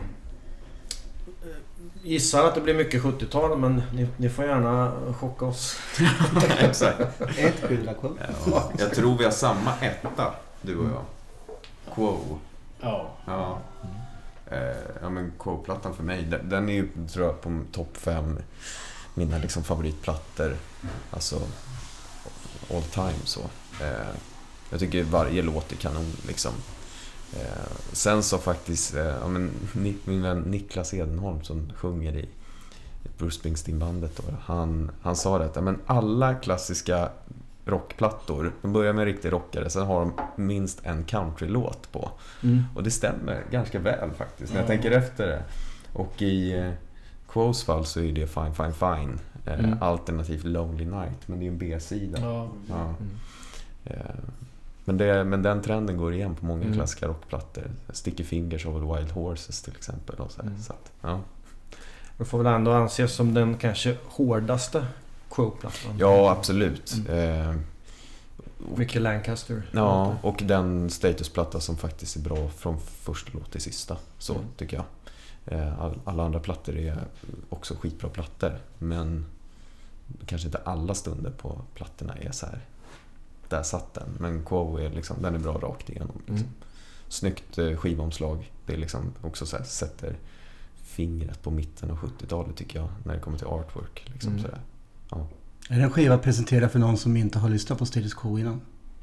Gissar att det blir mycket sjuttiotal, men ni, ni får gärna chocka oss. Exakt. Ett skyddarkund. Ja, jag tror vi har samma etta, du och jag. Quo. Ja. Ja. Eh, ja men Quo-plattan för mig, den, den är ju tror jag på topp fem mina liksom favoritplattor. Alltså all time så. Eh, jag tycker varje låt är kanon liksom. Eh, sen så faktiskt eh, ja, men, min vän Niklas Edenholm som sjunger i Bruce Springsteen-bandet då, han, han sa det att ja, men alla klassiska rockplattor, de börjar med en riktig rockare, sen har de minst en countrylåt på. Mm. Och det stämmer ganska väl faktiskt när jag Ja. tänker efter det. Och i eh, Quos fall så är det Fine Fine Fine eh, Mm. alternativt Lonely Night, men det är ju en B-sida. Ja. Ja. Mm. Eh, men, det, men den trenden går igen på många Mm. klassiska rockplattor. Sticky Fingers of the Wild Horses till exempel. Och så här. Mm. Så att, ja. Det får väl ändå anses som den kanske hårdaste Quo-plattan. ja, absolut. Mm. Eh, Mycket Lancaster. ja, och den statusplatta som faktiskt är bra från första låt till sista. Så Mm. tycker jag. Eh, all, alla andra plattor är också skitbra plattor. Men kanske inte alla stunder på plattorna är så här. Där satt den. Men Quo är liksom, den är bra rakt igenom. Liksom. Mm. Snyggt eh, skivomslag. Det är liksom också så här, sätter fingret på mitten av sjuttiotalet tycker jag. När det kommer till artwork. Liksom, Mm. så där. Ja. Är det en skiva presenterad för någon som inte har lyssnat på Status Quo innan?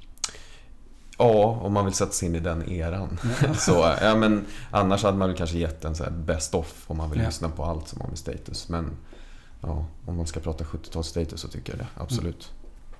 Ja, om man vill sätta sig in i den eran. Så, ja, men annars hade man väl kanske gett en så här best off om man vill Ja. lyssna på allt som har med Status. Men ja, om man ska prata sjuttiotal Status så tycker jag det, absolut.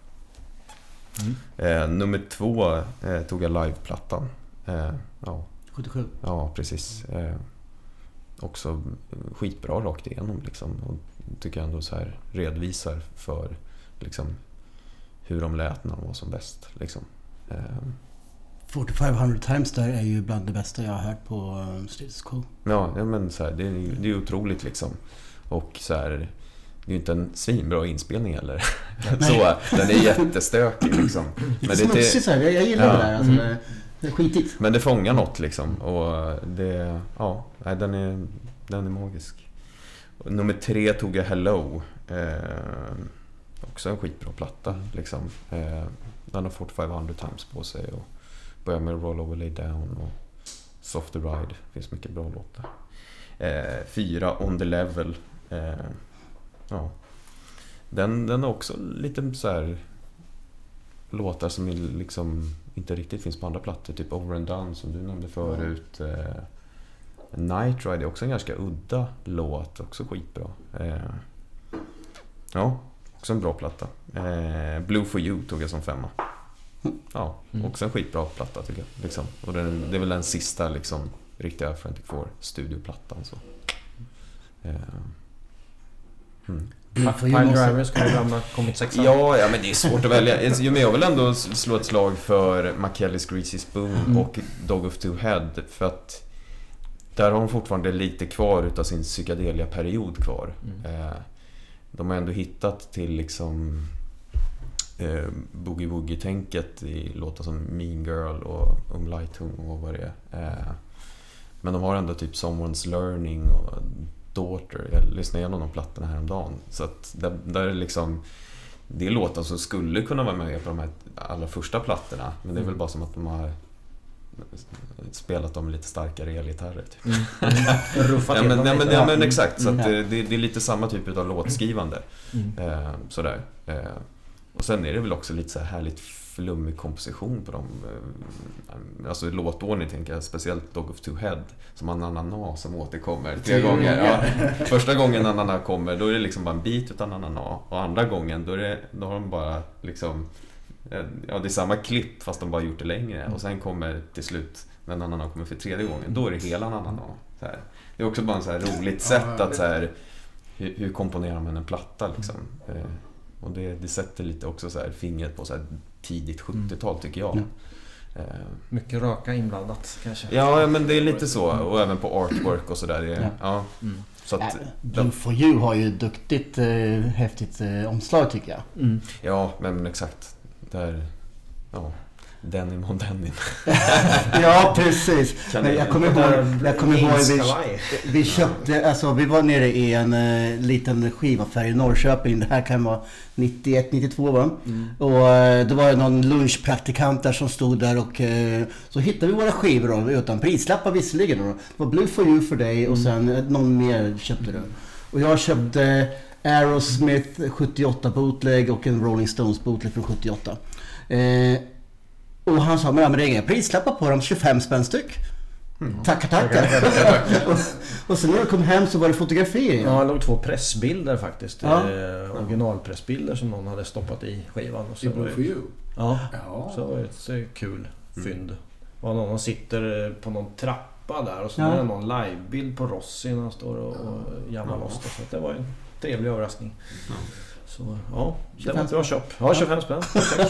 Mm. Eh, nummer två eh, tog jag liveplattan. Eh, ja, sjuttiosju. ja, precis. Eh, också skitbra rakt igenom liksom. Och tycker jag ändå så här redovisar för liksom hur de lät när de var som bäst liksom. Eh, fyrtiofem hundra times där är ju bland det bästa jag har hört på um, Status Quo. Ja, ja, men så här, det, är, ju- det är otroligt liksom. Och så här, det är ju inte en svinbra inspelning heller. Så, den är jättestökig liksom. Lite Men det, smutsigt det, så här. Jag, jag gillar Ja. det där. Alltså, Mm. det, det är skitigt. men det fångar något liksom. Och det, ja, nej, den är, den är magisk. Och nummer tre tog jag Hello. Eh, också en skitbra platta liksom. Eh, den har fyrtiofem hundra times på sig. Och börjar med Roll Over Lay Down och Soft the Ride. Det finns mycket bra låtar. Eh, fyra On the Level. Eh, ja. Den, den har också lite så här låtar som är liksom inte riktigt finns på andra plattor. Typ Over and Done som du nämnde förut. Eh, Night Ride är också en ganska udda låt. Också skitbra. Eh, ja, också en bra platta. Eh, Blue for You tog jag som femma. Ja, Mm. också en skitbra platta tycker jag. Liksom. Och den, det är väl den sista liksom, riktiga Frantic Four studioplattan. Så. Eh, mm. Pile Driver ska ju ramla kommit sexa. Ja, ja, men det är svårt att välja. Jo, men jag vill ändå slå ett slag för McKelly's Greasy Spoon mm. och Dog of Two Head. För att där har de fortfarande lite kvar utav sin psykedelia-period kvar. Mm. Eh, de har ändå hittat till liksom eh, boogie-woogie-tänket i låtar som Mean Girl och Umlightung och vad det är. Eh, men de har ändå typ Someone's Learning och Daughter. Jag lyssnade igenom de plattorna häromdagen. Så att där, där är liksom det är låtar som skulle kunna vara med på de här allra första plattorna. Men det är väl bara som att de har spelat dem lite starkare elgitarrer typ. Mm. Ruffat ja, men, ja, men, ja, men exakt. Så mm. att det, det är lite samma typ av låtskrivande. Mm. Eh, sådär. Eh, och sen är det väl också lite så här härligt flummig komposition på dem. Alltså i låtordning tänker jag, speciellt Dog of Two Head som en anana som återkommer tre gånger. Ja. Första gången anana kommer, då är det liksom bara en bit utan anana. Och andra gången, då, är det, då har de bara liksom, ja, det är samma klipp fast de bara gjort det längre. Och sen kommer till slut, när anana kommer för tredje gången, då är det hela anana. Så här. Det är också bara en så här roligt sätt att så här, hur, hur komponerar man en platta liksom. Och det, det sätter lite också så här fingret på så här tidigt sjuttiotal tycker jag. Mm. Mycket raka inblandat kanske. Ja, men det är lite så. Och även på artwork och sådär. Ja. Ja. Mm. Så att, äh, Blue for You har ju duktigt eh, häftigt eh, omslag tycker jag. Mm. Ja, men exakt. Där, ja. Denim och denim. Ja, precis. Men jag kommer ihåg, jag kommer ihåg vi, vi köpte, alltså vi var nere i en uh, liten skivaffär i Norrköping. Det här kan vara nittioett nittiotvå va? Mm. Och uh, det var någon lunchpraktikant där som stod där och uh, så hittade vi våra skivor då, utan prislappar visserligen då. Det var Blue for You för dig och sen uh, någon mer köpte du. Och jag köpte Aerosmith sjuttioåtta bootleg och en Rolling Stones bootleg från sjuttioåtta. Uh, Och han sa, men det är inga prislappar på dem, tjugofem spänn styck. Mm. Tackar, tackar. och, och sen när jag kom hem så var det fotografier. Ja, det låg två pressbilder faktiskt. Ja. Eh, originalpressbilder som någon hade stoppat i skivan. Och så det var för you. Ja, ja, så var det ett så kul fynd. Och någon sitter på någon trappa där och så ja. Är det någon livebild på Rossi när han står och, och jammar loss. Ja. Så det var en trevlig överraskning. Ja. Så ja, det var ett bra köp. Ja, tjugofem spänn.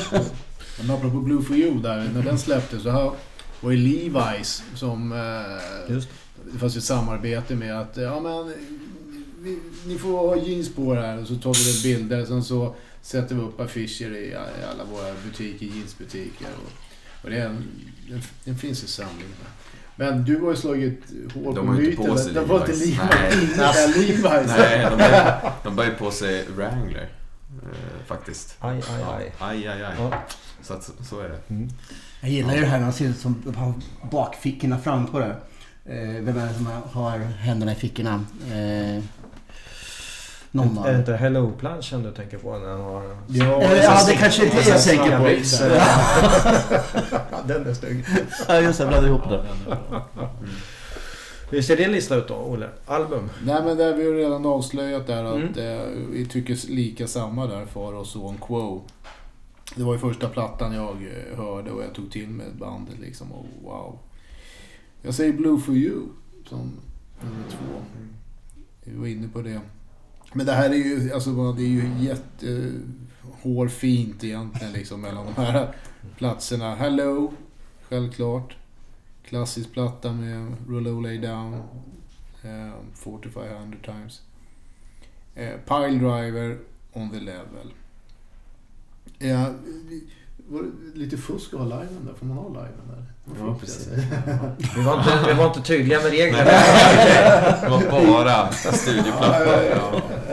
Men apropå Blue for You där, när den släpptes så här var ju Levi's som eh, Just. det fanns ett samarbete med att ja men vi, ni får ha jeans på det här och så tar vi bilder sen så sätter vi upp affischer i, i alla våra butiker, jeansbutiker och, och det är en, en, en finns i samlingen. Men du har ju slagit hål på myten. De var inte Levi's. Levi's. Nej, de började, de började på sig Wrangler eh, faktiskt. Aj, aj, aj. Aj, aj, aj. Ja. Så, att, så är det. Mm. Jag gillar ju det här när han ser ut som har bakfickorna fram på det. Eh, vem är det som har händerna i fickorna? Eh, någon är det inte Hello Planchen du tänker på när han har... Ja, eh, ja det kanske inte är jag tänker på. Ja, den är stygg. Ja, just det, jag blandade ihop det. Mm. Hur ser din lista ut då, Olle? Album? Nej, men där vi har redan avslöjat där att mm. eh, vi tycker lika samma där för oss och en Quo. Det var ju första plattan jag hörde och jag tog till med bandet liksom och wow. Jag säger Blue for You som nummer två. Vi var inne på det. Men det här är ju alltså det är ju jätte hårfint egentligen liksom mellan de här platserna. Hello, självklart. Klassisk platta med Roll Lay Down um, fyrtiofem hundra times. Uh, Pile Driver On The Level. Ja, lite fusk att ha liven där. Får man ha liven där? Ja, precis. vi, var inte, vi var inte tydliga med reglerna. Det var bara studieplattor. Ja, ja, ja.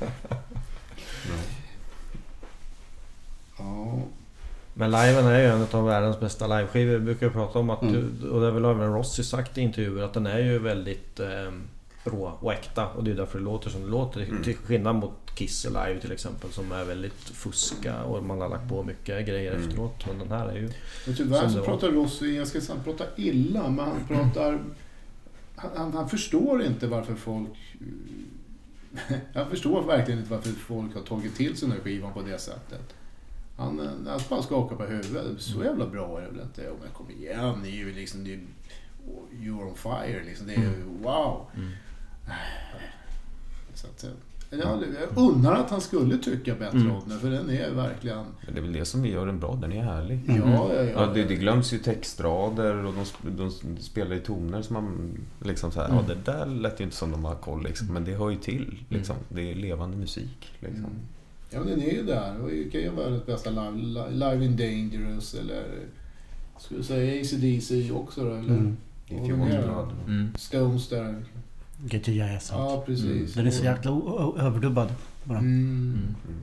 Ja. Men liven är ju en av världens bästa liveskivor. Vi brukar prata om att, mm. och det har väl även Rossi sagt i intervjuer, att den är ju väldigt eh, rå och äkta. Och det är därför det låter som det låter. Mm. Till skillnad mot Kiss Live till exempel, som är väldigt fuska och man har lagt på mycket grejer mm. efteråt. Men den här är ju... Och tyvärr så pratar Rossi, jag ska säga, han pratar illa, men han pratar... Han, han förstår inte varför folk... Jag förstår verkligen inte varför folk har tagit till sig den här skivan på det sättet. Han, han bara skakar på huvudet. Så jävla bra är det väl inte? Om jag kommer igen, det är ju liksom... Det är, You're on fire, liksom. Det är ju wow. Mm. Så att, Jag undrar att han skulle tycka bättre Mm. om den, för den är verkligen... Men det är väl det som gör den bra, den är härlig. Mm. Ja, ja, ja. Ja, det, det glöms ju textrader och de, de spelar i toner som man liksom så här, Mm. ja det där lät ju inte som de har koll liksom, men det hör ju till liksom. Det är levande musik liksom. Mm. Ja, men den är ju där. Och det kan ju vara det bästa live, live in Dangerous eller skulle jag säga A C D C också då, eller? Mm. If you want blood. Mm. Stones där. Get your ass out. Ja, precis. Den är så jäkla o- o- överdubbad. Bara. Mm. Mm.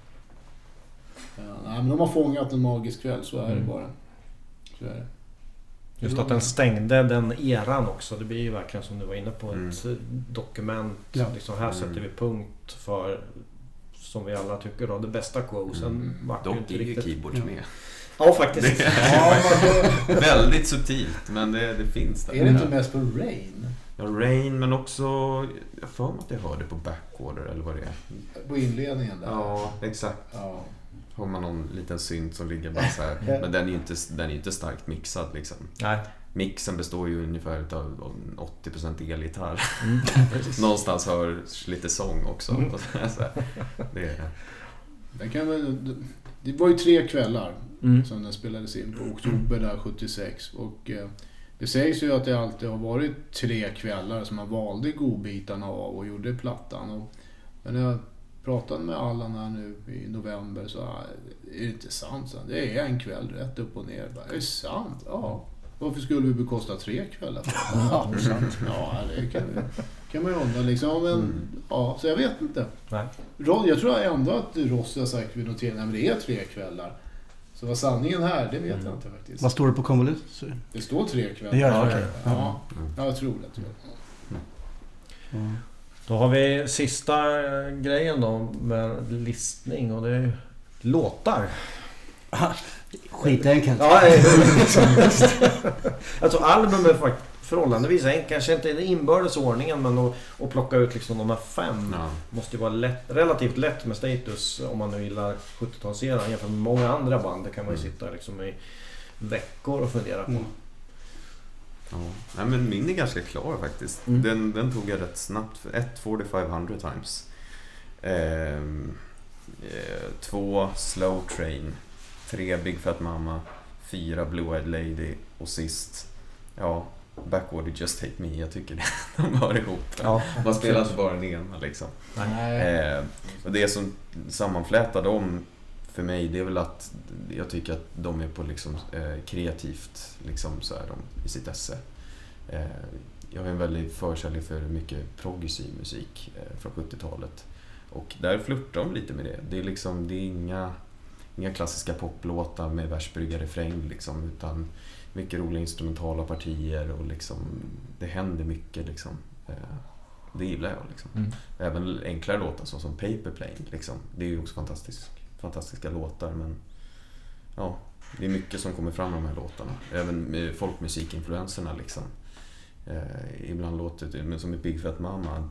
Ja, nej, men de har fångat en magisk kväll, så är det Mm. bara. Så är det. Just att den stängde den eran också. Det blir ju verkligen som du var inne på. Ett dokument. Ja. Liksom här sätter Mm. vi punkt för, som vi alla tycker då, det bästa quosen. Mm. Vart ju Dock inte är ju riktigt. keyboards Ja. med. Ja, faktiskt. Ja, men då, Väldigt subtilt, men det, det finns där. är det inte mest på Rain? Ja, Rain, men också jag får mig att jag hörde på Backorder eller vad det är. På inledningen där. Ja, exakt. Ja. Har man någon liten synt som ligger bara så här. Men den är ju inte, den är ju inte starkt mixad liksom. Nej. Mixen består ju ungefär av åttio procent elgitarr. Mm. Någonstans hörs lite sång också. Mm. Så här. Det är... Den kan väl, det var ju tre kvällar Mm. som den spelades in på oktober där sjuttiosex. Och eh, det sägs ju att det alltid har varit tre kvällar som man valde godbitarna av och gjorde plattan. Och, men när jag pratade med Allan här nu i november så är det inte sant. Så det är en kväll rätt upp och ner. Bara, är det sant? Ja. Varför skulle vi bekosta tre kvällar? Ja, sant. Ja, det kan, vi, kan man ju undra liksom. Men, Mm. ja, så jag vet inte. Nej. Rod, jag tror ändå att Rossi har sagt vid noteringen att det är tre kvällar. Så vad sanningen här, det vet jag inte faktiskt. Vad står det på konvolut? Så- Det står tre kvällar. Det gör det, Ja, okej. Ja, Mm. ja, jag tror det. Ja. Då har vi sista grejen då med listning och det är låtar. Skitenkelt. Ja, alltså album är faktiskt förhållandevis enkelt. Kanske inte i den inbördes ordningen, men att, att plocka ut liksom de här fem Ja. måste ju vara lätt, relativt lätt med status om man nu gillar sjuttiotalseran jämfört med många andra band. Det kan man ju Mm. sitta liksom i veckor och fundera på. Mm. Ja. Nej, men min är ganska klar faktiskt. Mm. Den, den tog jag rätt snabbt. För ett forty-five hundred times. Ehm, eh, två Slow Train. Tre Big Fat Mama. Fyra Blue Eyed Lady. Och sist, ja, Backward Just Hate Me. Jag tycker det. De hör ihop. Ja, Man spelar inte bara den ena liksom. Nej. Eh, och det som sammanflätar dem för mig, det är väl att jag tycker att de är på liksom eh, kreativt liksom så är de i sitt esse. Eh, jag har en väldigt förkärlek för mycket progressiv musik eh, från sjuttiotalet. Och där flirtar de lite med det. Det är liksom, det är inga, inga klassiska poplåtar med versbrygga refräng liksom, utan mycket roliga instrumentala partier och liksom, det händer mycket liksom. Eh, det gillar jag liksom. Mm. Även enklare låtar så som Paper Plane liksom. Det är ju också fantastisk, fantastiska låtar, men ja, det är mycket som kommer fram i de här låtarna. Även med folkmusikinfluenserna liksom. Eh, ibland låter det men som ett Big Fat Mama.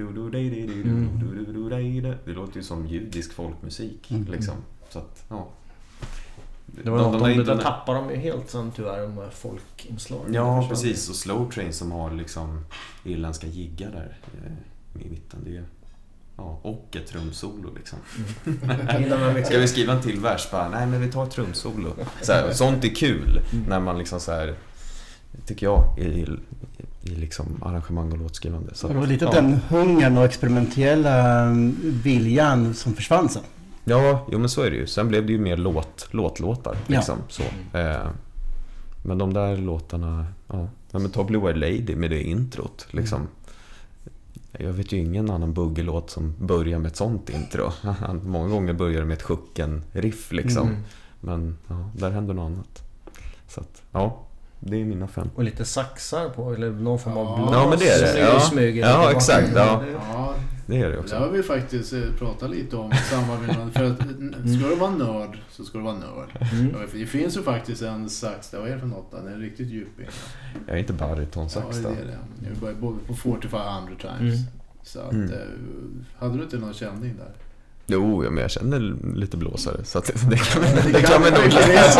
Det låter ju som judisk folkmusik Mm. liksom. Så att, ja. det var något, de, är de, inte- de tappar de ju helt sen tyvärr, de här folkinslagen. Ja, precis. Och Slow Train som har liksom irländska jiggar där eh, i mitten. Det är, ja, och ett trumsolo liksom. Mm. Ska vi skriva en till vers? Bara, nej, men vi tar ett trumsolo. Så här, sånt är kul när man liksom så här, tycker jag, i, i, i liksom arrangemang och låtskrivande. Så Det var att, lite ja. den hungern och experimentella viljan som försvann sen. Ja, jo, men så är det ju. Sen blev det ju mer låt, låtlåtar Ja. liksom, så. Eh, men de där låtarna, ja, ja, men ta Blue Eyed Lady med det introt liksom. Jag vet ju ingen annan buggelåt som börjar med ett sånt intro. Många gånger börjar det med ett sjucken riff liksom. Mm. Men ja, där händer något annat. Så att, ja, det är mina fem. Och lite saxar på, eller någon form av Ja. blås. Ja, men det är det. som Ja. smyger Ja, lite exakt, bakom. ja. Ja, Det är det det också. har vi faktiskt eh, pratat lite om i samband med, för att eh, ska du vara nörd så ska du vara nörd. Mm. Ja, för det finns ju faktiskt en sax där, vad är det för något? Den är riktigt djup in. Jag är inte Ja, baritonsax det då. är det. Jag är bara på på forty-five hundred times. Mm. Så att, Mm. eh, hade du inte någon känning där? Jo, ja, men jag känner lite blåsare. Så att det kan man, det kan man nog det läsa.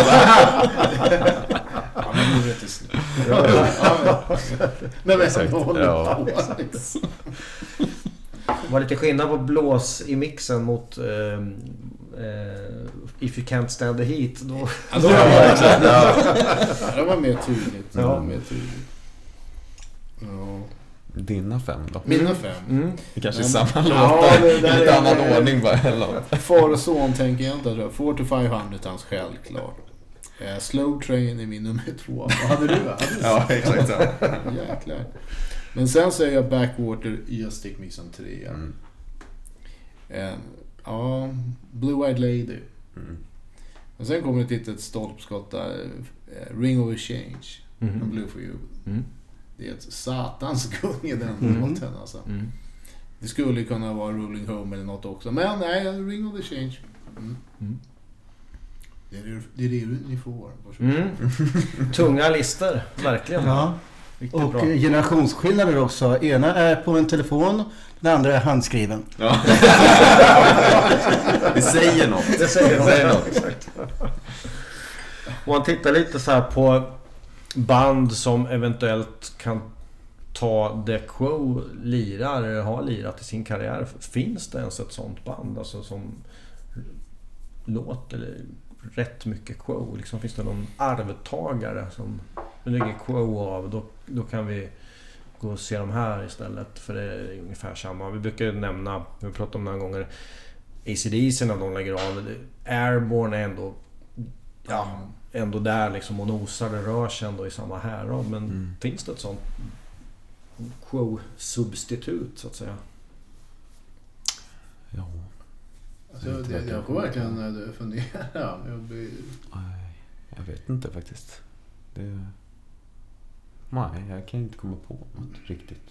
Ja, men nu är det inte snyggt. Ja, ja. Nej, men Exakt, jag håller ja. på. var lite skillnad på blås i mixen mot uh, uh, If You Can't Stand The Heat. Då, alltså, då var det, ja. Det var mer tydligt. Ja. Det var mer tydligt. Ja. Dina fem då? Mina fem. Mm. Det kanske är Men, samma ja, låtar det i där lite är- annan ordning bara. Eller? Far och son tänker jag inte. tror jag. four to five hundred hans självklart. Eh, Slow Train är min nummer två. Vad hade du? Hade du? Ja, exakt så. Jäklar. Men sen säger jag Backwater, Just Stick Me som trea. Mm. Eh, ja, Blue Eyed Lady. Mm. Och sen kommer det till ett stolpskott där. eh, Ring of Exchange. Mhm. Mm. Blue for You. Mm. Det är ett satans gung i den Mm. låten alltså. Mm. Det skulle kunna vara Rolling Home eller något också. Men nej, Ring of Exchange. Mm. Mm. Det är det, det är det ni får. Varsågod. Mm. Tunga lister, verkligen. Ja. Riktigt Och bra. eh, generationsskillnader också. Ena är på en telefon, den andra är handskriven. Ja. Det säger något. Det säger de. säger något. Exakt. Om man tittar lite så här på band som eventuellt kan ta The Crow lirar eller har lirat i sin karriär. Finns det ens ett sånt band alltså, som låter rätt mycket Crow? Liksom, finns det någon arvtagare som ligger Crow av? Då, då kan vi gå och se de här istället, för det är ungefär samma. Vi brukar nämna, vi har pratat om några gånger, A C D C när de lägger av. Airborne är ändå ja, ändå där liksom och nosar, det rör sig ändå i samma härad. Men Mm. finns det ett sånt Crow-substitut så att säga? Ja. Alltså, det, jag får verkligen äh, fundera. Jag blir... Nej, jag vet inte faktiskt. Det... Nej, jag kan inte komma på något riktigt.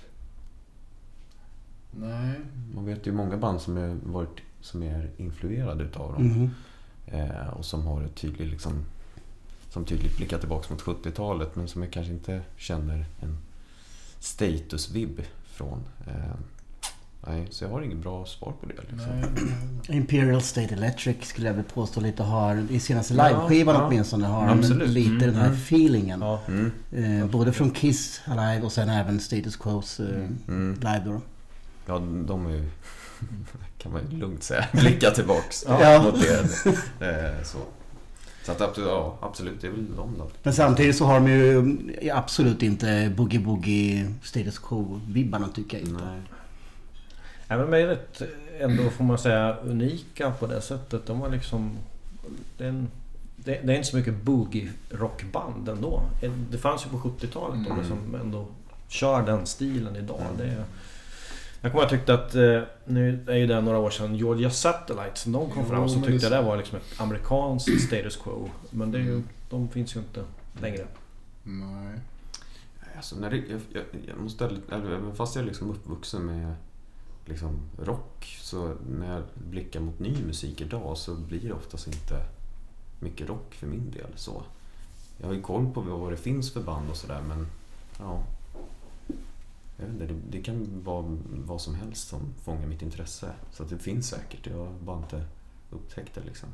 Nej. Man vet ju många band som är, varit, som är influerade utav dem. Mhm. Eh, och som har ett tydligt liksom, som tydligt blickar tillbaka mot sjuttiotalet, men som jag kanske inte känner en status-vibb från. Eh, nej, så jag har inget bra svar på det. Liksom. Nej, nej. Imperial State Electric skulle jag väl påstå lite har, i senaste Ja, liveskivan ja. åtminstone, har Absolut. de lite den här Mm. feelingen. Ja. Mm, Eh, både från Kiss Alive och sen även Status Quos eh, mm. live då. Ja, de är ju, kan man ju lugnt säga, blicka tillbaks Ja. mot det. Eh, så. Så att absolut, ja, absolut, det är väl de då. Men samtidigt så har de ju absolut inte Boogie Boogie Status Quo-vibbarna tycker jag inte. Nej. Även med rätt ändå får man säga unika på det sättet. De var liksom det är, en, det, det är inte så mycket boogie-rockband ändå. Det fanns ju på sjuttiotalet Mm. mm. som ändå kör den stilen idag. Mm. Det är, jag kommer att tycka att eh, nu är ju det några år sedan Georgia Satellites, när de kom Jo, fram så men tyckte det- jag det var liksom ett amerikanskt status quo. Men det är ju, de finns ju inte längre. Nej. Alltså, när det, jag, jag, jag måste, även fast jag är liksom uppvuxen med liksom rock, så när jag blickar mot ny musik idag så blir det oftast inte mycket rock för min del. Så jag har ju koll på vad det finns för band och sådär, men ja, jag vet inte, det, det kan vara vad som helst som fångar mitt intresse. Så att det finns säkert, jag har bara inte upptäckt det liksom.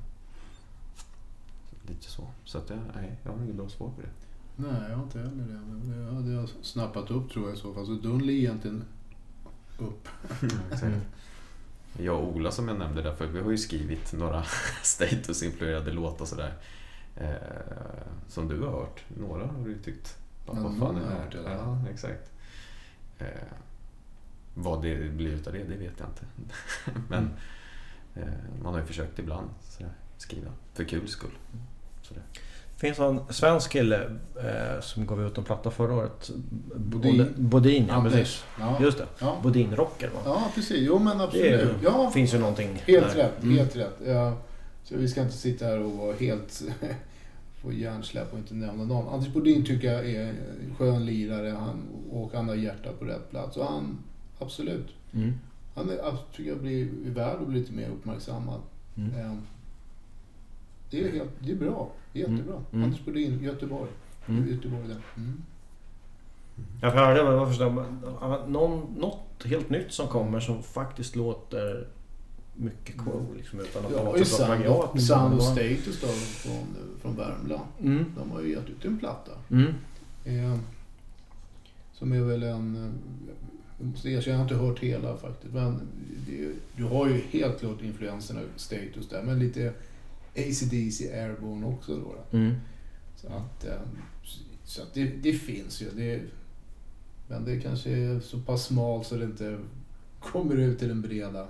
Lite så. Så att jag, nej, jag har inget bra svar på det. Nej, jag har inte heller det. Det hade jag snappat upp tror jag i så fall. Så Dunley egentligen upp. Exakt. Jag och Ola som jag nämnde där, för vi har ju skrivit några status-influerade låtar sådär. Eh, som du har hört. Några har du tyckt. Vad Ja, vad fan någon är har det jag här? hört i alla Ja, fall. exakt. Eh, vad det blir utav det, det vet jag inte. Men eh, man har ju försökt ibland sådär, skriva för kul skull. Sådär. Det finns en svensk kille eh, som gav ut en platta förra året. Bodin. Bodin, ja, Anders. precis. Ja. Just det. Ja. Bodin-rocker va? Ja, precis. Jo, men Det absolut. är, Ja, finns ju någonting helt där. rätt. Mm. Helt rätt. Ja, så vi ska inte sitta här och vara helt få hjärnsläpp och inte nämna någon. Anders Bodin tycker jag är en skön lirare han, och han har hjärtat på rätt plats. Och han, absolut. Mm. Han är, jag tycker jag blir värd att bli lite mer uppmärksammad. Mm. Ehm, Det är, helt, det är bra. Jättebra. Mm. Anders Bodin, Göteborg. Mm. Göteborg där. Mm. Jag hörde men varför står någon något helt nytt som kommer som faktiskt låter mycket cool liksom, utan att det Ja, låter i så Sound, plagiat. Sound of Status då, från, från Värmland. Mm. De har ju gett ut en platta. Mm. Eh, som är väl en... Jag måste erkänna, jag har inte hört hela faktiskt. Men det, du har ju helt klart influenserna av Status där. Men lite A C D C Airborne också då. då. Mm. Så att, eh, så att det, det finns ju. Det, men det kanske är så pass smalt så det inte kommer ut till den breda.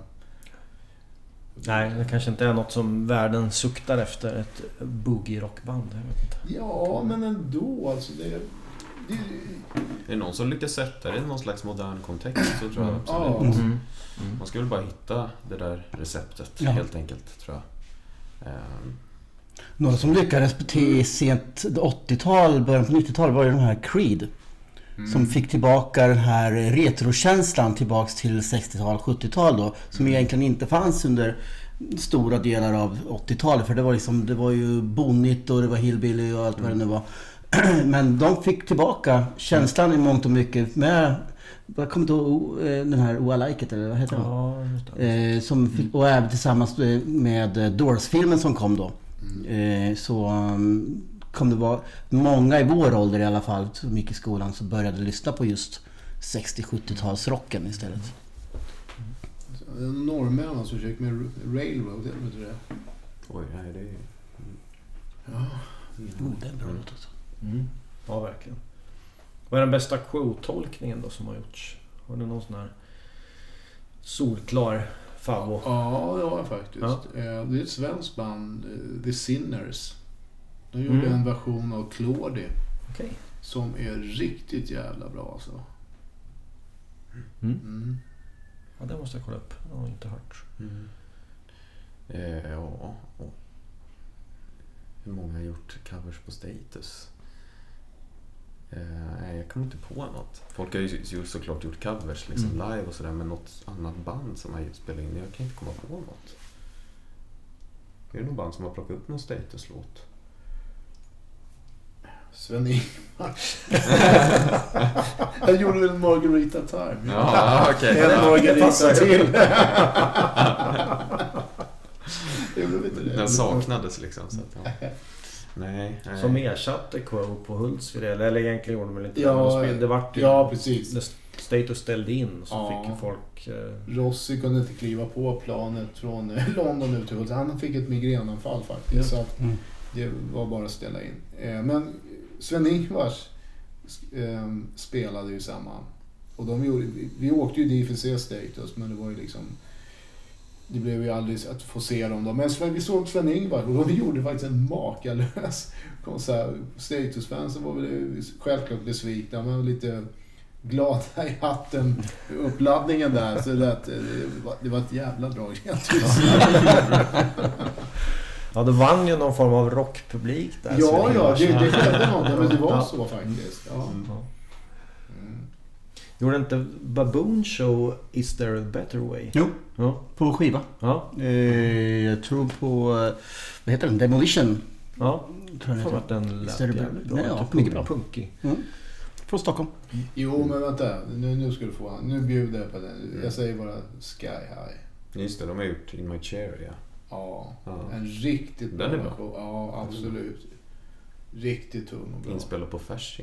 Nej, det kanske inte är något som världen suktar efter, ett boogie-rockband. Jag vet inte. Ja, men ändå. Alltså det, det, Är det någon som lyckas sätta det i någon slags modern kontext så tror jag Mm. absolut. Ja. Mm. Man skulle bara hitta det där receptet Ja. helt enkelt, tror jag. Ehm, Några som lyckades till sent åttiotal, början på nittiotal var ju de här Creed. mm. Som fick tillbaka den här retrokänslan tillbaks till sextiotal, sjuttiotal då. Som Mm. egentligen inte fanns under stora delar av åttiotalet. För det var liksom, det var ju bonnigt och det var hillbilly och allt vad det nu var. Men de fick tillbaka känslan i mångt och mycket med, jag kommer inte ihåg den här Oh I Like It, eller vad heter den? Ja, just det. Eh, som fick, och även tillsammans med Doors-filmen som kom då. Eh, så um, kom det vara många i vår ålder i alla fall som gick i skolan så började lyssna på just sextio-sjuttiotalsrocken istället. Norrmännen som försöker med Railroad, eller vet du det? oj, nej, det är... Ja. Oh, det är bra låt alltså. Mm. Ja, verkligen. Vad är den bästa quote-tolkningen då som har gjorts? Har du någon sån här solklar favvo? Ja, det har jag faktiskt. Ja. Eh, Det är ett svenskt band, eh, The Sinners. De gjorde Mm. en version av Claudie Okej. som är riktigt jävla bra alltså. Mm. Mm. Ja, det måste jag kolla upp. Jag har inte hört. Mm. Eh, ja, och hur många har gjort covers på Status? Eh, nej, jag kommer inte på något. Folk har ju ju såklart gjort covers liksom Mm. live och sådär, men något annat band som har spelat in, jag kan inte komma på något. Är det någon band som har plockat upp någon Status-låt? Sven-Ingvars. Han gjorde väl Margarita Time. Ja, okej. En Ja, Margarita till. Gjorde vi inte det? den saknades liksom. Så att, ja. Nej, nej. Som ersatte Quo på Hultsfred, eller egentligen gjorde de väl inte Ja, det. De spelade, det vart ju, Ja, precis. när Status ställde in så Ja. fick ju folk... Eh, Rossi kunde inte kliva på planet från eh, London ut till Hultsfred. Han fick ett migränanfall faktiskt. Så att Mm. det var bara att ställa in. Eh, Men Sven-Ingvars eh, spelade ju samma. Och de gjorde, vi, vi åkte ju dit för att se Status, men det var ju liksom... Det blev ju aldrig att få se dem då. Men Sven- vi såg Sven-Ingvars och de gjorde faktiskt en makalös konsert. Status-fansen var väl självklart besvikna, men lite glada i hatten. Uppladdningen där, så det, det, var, det var ett jävla drag. ja, det vann ju någon form av rockpublik där. Ja, så ja, det, var- det skedde något, men det var Ja. så faktiskt. Ja. Ja. Mm. Gjorde inte Baboon Show Is There a Better Way? Jo, Ja. på skiva. Ja. Eh, jag tror på, eh, vad heter den? Demolition. Ja. Tror jag För den att den lät Is there a jävligt better- bra. Ja, Typ mycket bra. Punkig. heter. Mm. Från Stockholm. Jo, men vänta. Nu, nu ska du få han. Nu bjuder jag på den. Jag säger bara Sky High. Just det, de har gjort In My Chair, ja. Ja, Ja. en riktigt bra Den är bra. version. Ja, absolut. Riktigt tung och bra. Inspelad på Fasching.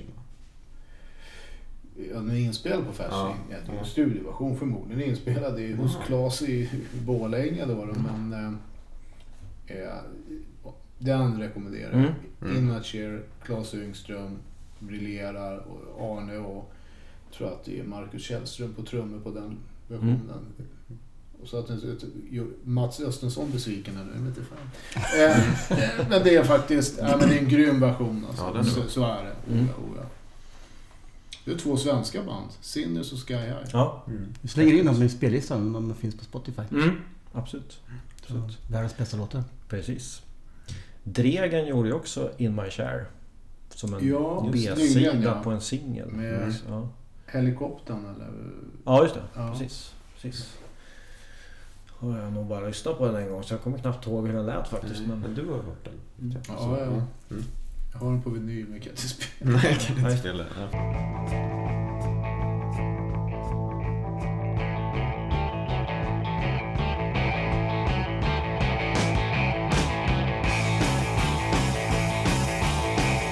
Ja, den är inspelad på Fasching. Ja. Ja, det är Ja. en studioversion förmodligen. Inspelad i, hos Claes i Borlänge då. då men eh, eh, den rekommenderar jag. Mm. Mm. In My Chair, Claes Yngström briljerar och Arne och tror att det är Marcus Källström på trummor på den versionen. Mm. Och så att den, gör Mats Östensson besviken här nu, men inte fan. Eh, men det är faktiskt, ja, men det är en grym version alltså. Ja, den är så, bra. så är det. Mm. Oh, ja, oh, ja. Det är två svenska band, Sinners och Sky High. Ja. Mm. Vi slänger in dem i spellistan om de finns på Spotify. Mm. Absolut. Så, världens bästa låtar. Precis. Dregen gjorde ju också In My Share. Som en Ja, B-sida nyligen, ja. på en singel. Med- Mm. Ja. Helikoptern eller? ja, just det. Ja. Precis. Precis. Har jag nog bara lyssnat på den en gång så jag kommer knappt ihåg hur den lät faktiskt. Men Men... du har hört den? Ja, Så, ja. Mm. Jag har den på vinyl men jag kan inte spela. Nej, jag kan inte Nej. spela. Ja.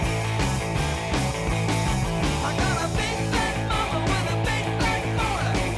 I got a big fat mama with a big fat motor.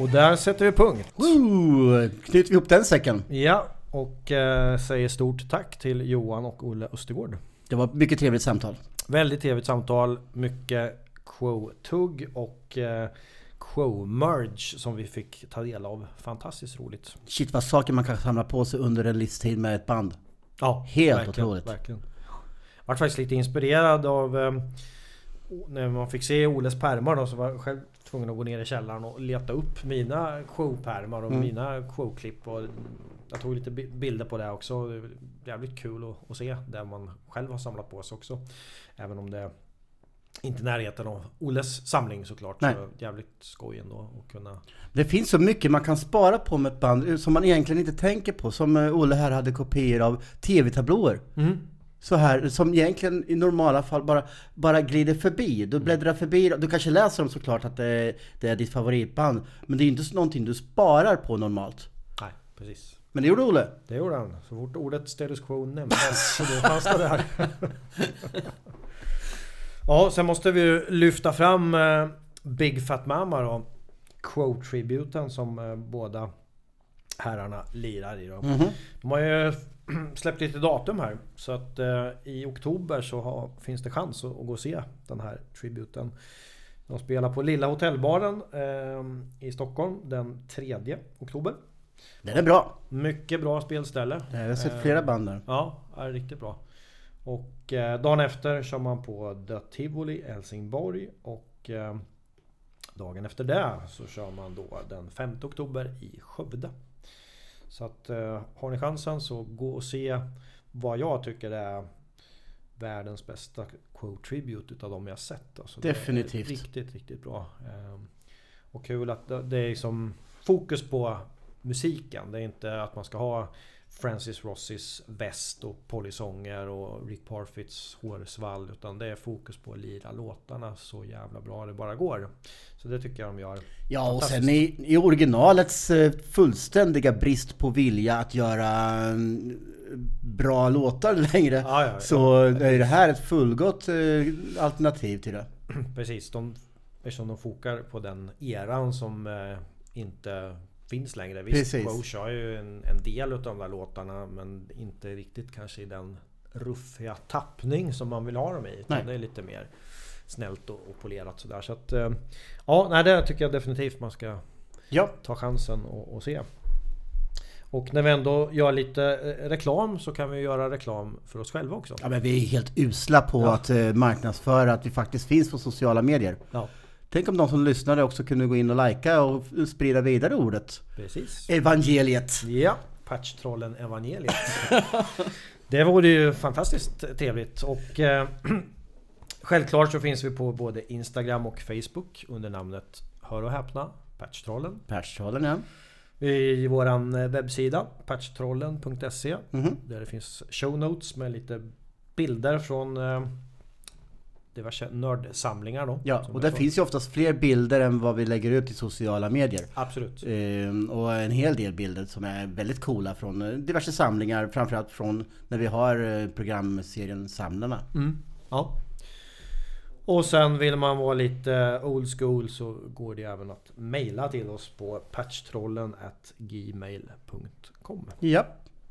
Och där sätter vi punkt. Woo! Knyter vi ihop den säcken. Ja, och eh, säger stort tack till Johan och Olle Östergård. Det var mycket trevligt samtal. Väldigt trevligt samtal, mycket quo-tugg och eh, quo-merge som vi fick ta del av. Fantastiskt roligt. Shit, vad saker man kan samla på sig under en livstid med ett band. Ja, helt verkligen, otroligt. Verkligen. Jag var faktiskt lite inspirerad av eh, när man fick se Oles pärmar då, så var jag själv tvungen att gå ner i källaren och leta upp mina quo-pärmar och mm. mina quo-klipp, och jag tog lite bilder på det också. Det är jävligt kul att, att se det man själv har samlat på sig också, även om det inte närheten av Oles samling såklart. Nej. Så jävligt skoj ändå att kunna... Det finns så mycket man kan spara på med ett band som man egentligen inte tänker på, som Olle här hade kopior av tv-tablåer. Mm. Så här, som egentligen i normala fall bara, bara glider förbi. Du bläddrar förbi, du kanske läser dem såklart att det, det är ditt favoritband, men det är inte någonting du sparar på normalt. Nej, precis. Men det gjorde Olle. Det gjorde han. Så fort ordet status quo nämndes så då fanns det där. Ja, sen måste vi lyfta fram eh, Big Fat Mama då. Quo-tributen som eh, båda herrarna lirar i då. Mm-hmm. De har ju släppt lite datum här, så att eh, i oktober så har, finns det chans att, att gå och se den här tributen. De spelar på Lilla Hotellbaren eh, i Stockholm den tredje oktober. Den är bra. Mycket bra spelställe. Jag har sett flera band där. Ja, är riktigt bra. Och eh, dagen efter kör man på The Tivoli i Helsingborg, och eh, dagen efter det så kör man då den femte oktober i Skövde. Så att eh, har ni chansen så gå och se vad jag tycker är världens bästa quo-tribute utav dem jag sett. Alltså, definitivt. Det är riktigt, riktigt bra. Eh, och kul att det, det är liksom fokus på musiken. Det är inte att man ska ha Francis Rossis väst och polysånger och Rick Parfits hårsvall, utan det är fokus på att lira låtarna så jävla bra det bara går. Så det tycker jag de gör. Ja, och sen i, i originalets fullständiga brist på vilja att göra bra låtar längre, ja, ja, ja. Så är det här ett fullgott alternativ till det. Precis, de, eftersom de fokar på den eran som eh, inte finns längre. Visst, Quo kör ju en, en del av de där låtarna, men inte riktigt kanske i den ruffiga tappning som man vill ha dem i. Det är lite mer snällt och, och polerat sådär. Så att, ja, nej, det tycker jag definitivt man ska ja. ta chansen och, och se. Och när vi ändå gör lite reklam så kan vi göra reklam för oss själva också. Ja, men vi är helt usla på ja. att eh, marknadsföra att vi faktiskt finns på sociala medier. Ja. Tänk om de som lyssnade också kunde gå in och likea och sprida vidare ordet. Precis. Evangeliet. Ja, Patchtrollen evangeliet. Det vore ju fantastiskt trevligt. Och eh, självklart så finns vi på både Instagram och Facebook under namnet Hör och häpna, Patchtrollen. Patchtrollen, ja. I våran webbsida patchtrollen punkt se mm-hmm. där det finns show notes med lite bilder från eh, diverse nördsamlingar då. Ja, och där finns ju oftast fler bilder än vad vi lägger ut i sociala medier. Absolut. Ehm, och en hel del bilder som är väldigt coola från diverse samlingar, framförallt från när vi har programserien Samlarna. Mm. Ja. Och sen vill man vara lite old school så går det även att mejla till oss på patchtrollen at gmail punkt com. Ja.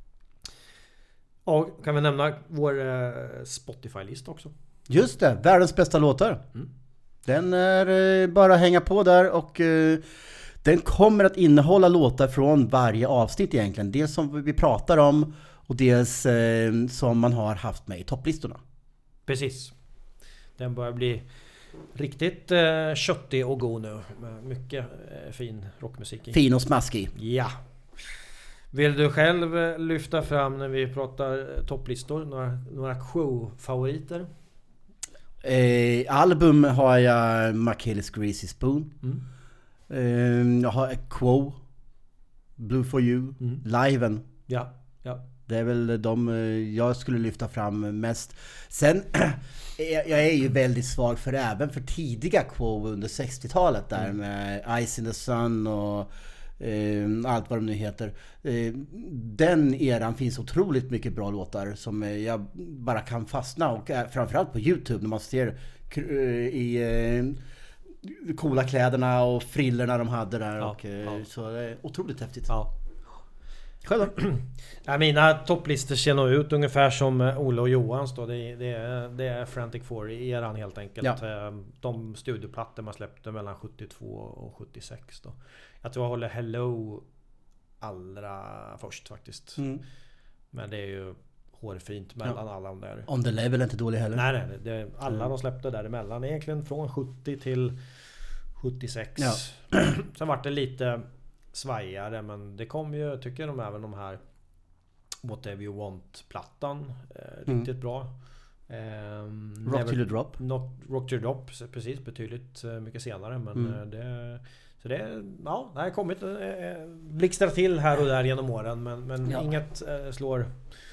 Och kan vi nämna vår eh, Spotify-lista också. Just det, världens bästa låtar. Mm. Den är eh, bara att hänga på där, och eh, den kommer att innehålla låtar från varje avsnitt egentligen. Dels som vi pratar om och dels eh, som man har haft med i topplistorna. Precis. Den börjar bli riktigt eh, köttig och god nu. Med mycket eh, fin rockmusik i. Fin och smaskig. Ja. Vill du själv eh, lyfta fram när vi pratar eh, topplistor? Några, några show-favoriter? Eh, album har jag McHale's Greasy Spoon. Mm. Eh, jag har Quo, Blue for You, Mm. Liven. Ja, ja. Det är väl de jag skulle lyfta fram mest. Sen, jag är ju väldigt svag för även för tidiga Quo under sextiotalet där mm. med Ice in the Sun och eh, allt vad de nu heter. Eh, den eran finns otroligt mycket bra låtar som jag bara kan fastna, och framförallt på YouTube när man ser i coola kläderna och frillorna de hade där. Ja, och, eh, ja. Så det är otroligt häftigt. Ja. Själv då? Ja, mina topplistor ser nog ut ungefär som eh, Olle och Johans då. Det, det, är, det är Frantic Four i eran helt enkelt. Ja. Eh, De studioplattor man släppte mellan sjuttiotvå och sjuttiosex då. Jag tror jag håller Hello allra först faktiskt. Mm. Men det är ju hårfint mellan alla de där. On the level är inte dålig heller. Nej, nej, det, alla Mm. de släppte däremellan. Egentligen från sjuttio till sjuttiosex. Ja. Sen vart det lite svajigare, men det kom ju, tycker de, även de här Whatever You Want-plattan. Eh, Mm. riktigt bra. Eh, Rock till the drop. Not, Rock to the Drop, precis, betydligt eh, mycket senare. Men Mm. eh, det... Så det, ja, det har kommit eh, blixtrar till här och där genom åren, men, men Ja. inget eh, slår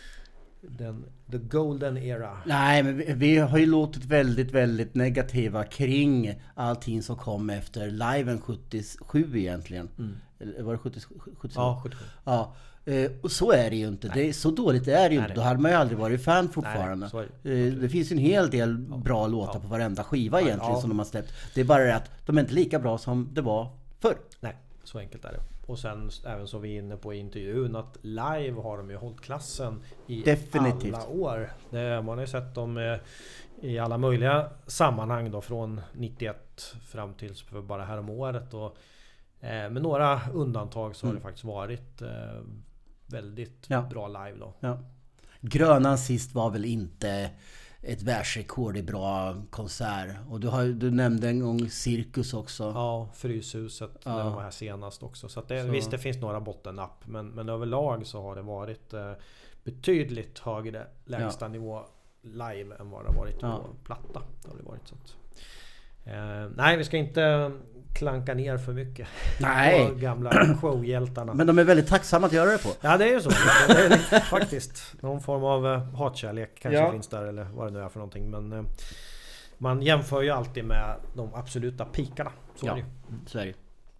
den the golden era. Nej, men vi, vi har ju låtit väldigt, väldigt negativa kring allting som kom efter liven sjuttiosju egentligen. Mm. Eller var det sjuttiosju? sjuttiosju? Ja, sjuttiosju. Ja. Eh, och så är det ju inte. Det är, så dåligt är det ju Nej, inte. nej. Då hade man ju aldrig varit fan Nej, fortfarande. så är det. Eh, det finns ju en hel del bra låtar Ja. på varenda skiva egentligen Ja. som de har släppt. Det är bara det att de är inte lika bra som det var förr. Nej, så enkelt är det. Och sen även så vi är inne på i intervjun att live har de ju hållit klassen i Definitivt. alla år. Det, man har ju sett dem eh, i alla möjliga sammanhang då, från nittioett fram till för bara här om året. Och, eh, med några undantag så har Mm. det faktiskt varit eh, väldigt Ja. bra live då. Ja. Grönan sist var väl inte ett världsrekord i bra konsert. Och du, har, du nämnde en gång Cirkus också. Ja, Fryshuset Ja. när de var här senast också. Så att det, Så- visst, det finns några bottennapp, men, men överlag så har det varit eh, betydligt högre lägsta nivå live än vad det har varit på Ja. platta. Det har det varit så att, eh, nej, vi ska inte klanka ner för mycket Nej. på gamla showhjältarna. Men de är väldigt tacksamma att göra det på. Ja, det är ju så. Det är lite, faktiskt. Någon form av eh, hatkärlek kanske Ja. finns där, eller vad det nu är för någonting. Men eh, man jämför ju alltid med de absoluta pikarna. Så Ja. är det ju. Så är det.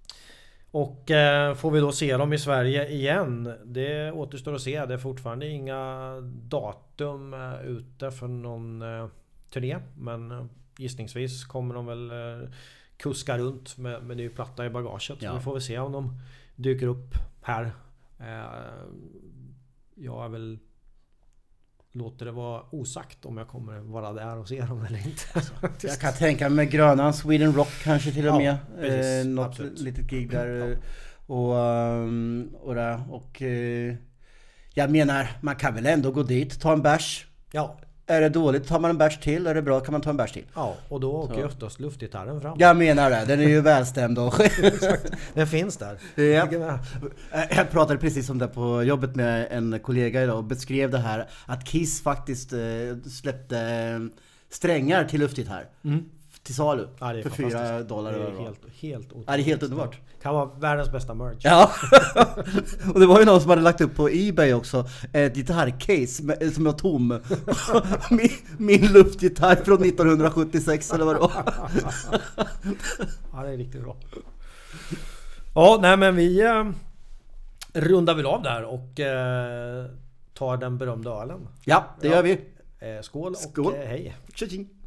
Och eh, får vi då se dem i Sverige igen? Det återstår att se. Det är fortfarande inga datum eh, ute för någon eh, turné. Men eh, gissningsvis kommer de väl eh, kuska runt med, med ny platta i bagaget. Ja. Så vi får väl se om de dyker upp här. Eh, jag är väl... Låter det vara osagt om jag kommer vara där och se dem eller inte. Jag kan tänka mig Grönan, Sweden Rock kanske till och Ja, med. precis. Eh, något Absolut. litet gig där. eh, Och, um, och, där. och eh, jag menar, man kan väl ändå gå dit, ta en bärs. Ja, Är det dåligt tar man en bärs till, är det bra kan man ta en bärs till. ja, och då åker Så. ju oftast luftgitarren fram. Jag menar det, den är ju välstämd och Den finns där. Ja. Jag pratade precis om det på jobbet med en kollega idag och beskrev det här att Kiss faktiskt eh, släppte eh, strängar till luftgitarr Mm. till salu Ja, det är för fyra fantastiskt. dollar. Det eller är vad. helt, helt otroligt. Ja, det är helt underbart. Kan vara världens bästa merch. Ja, och det var ju någon som hade lagt upp på eBay också ett gitarrcase med, som var tom. min, min luftgitarr från nittonhundrasjuttiosex eller vad det var. Ja, det är riktigt bra. Ja, nej men vi eh, rundar väl av där och eh, tar den berömda ölen. Ja, det Ja. gör vi. Eh, skål och Skål. eh, hej. Tjing.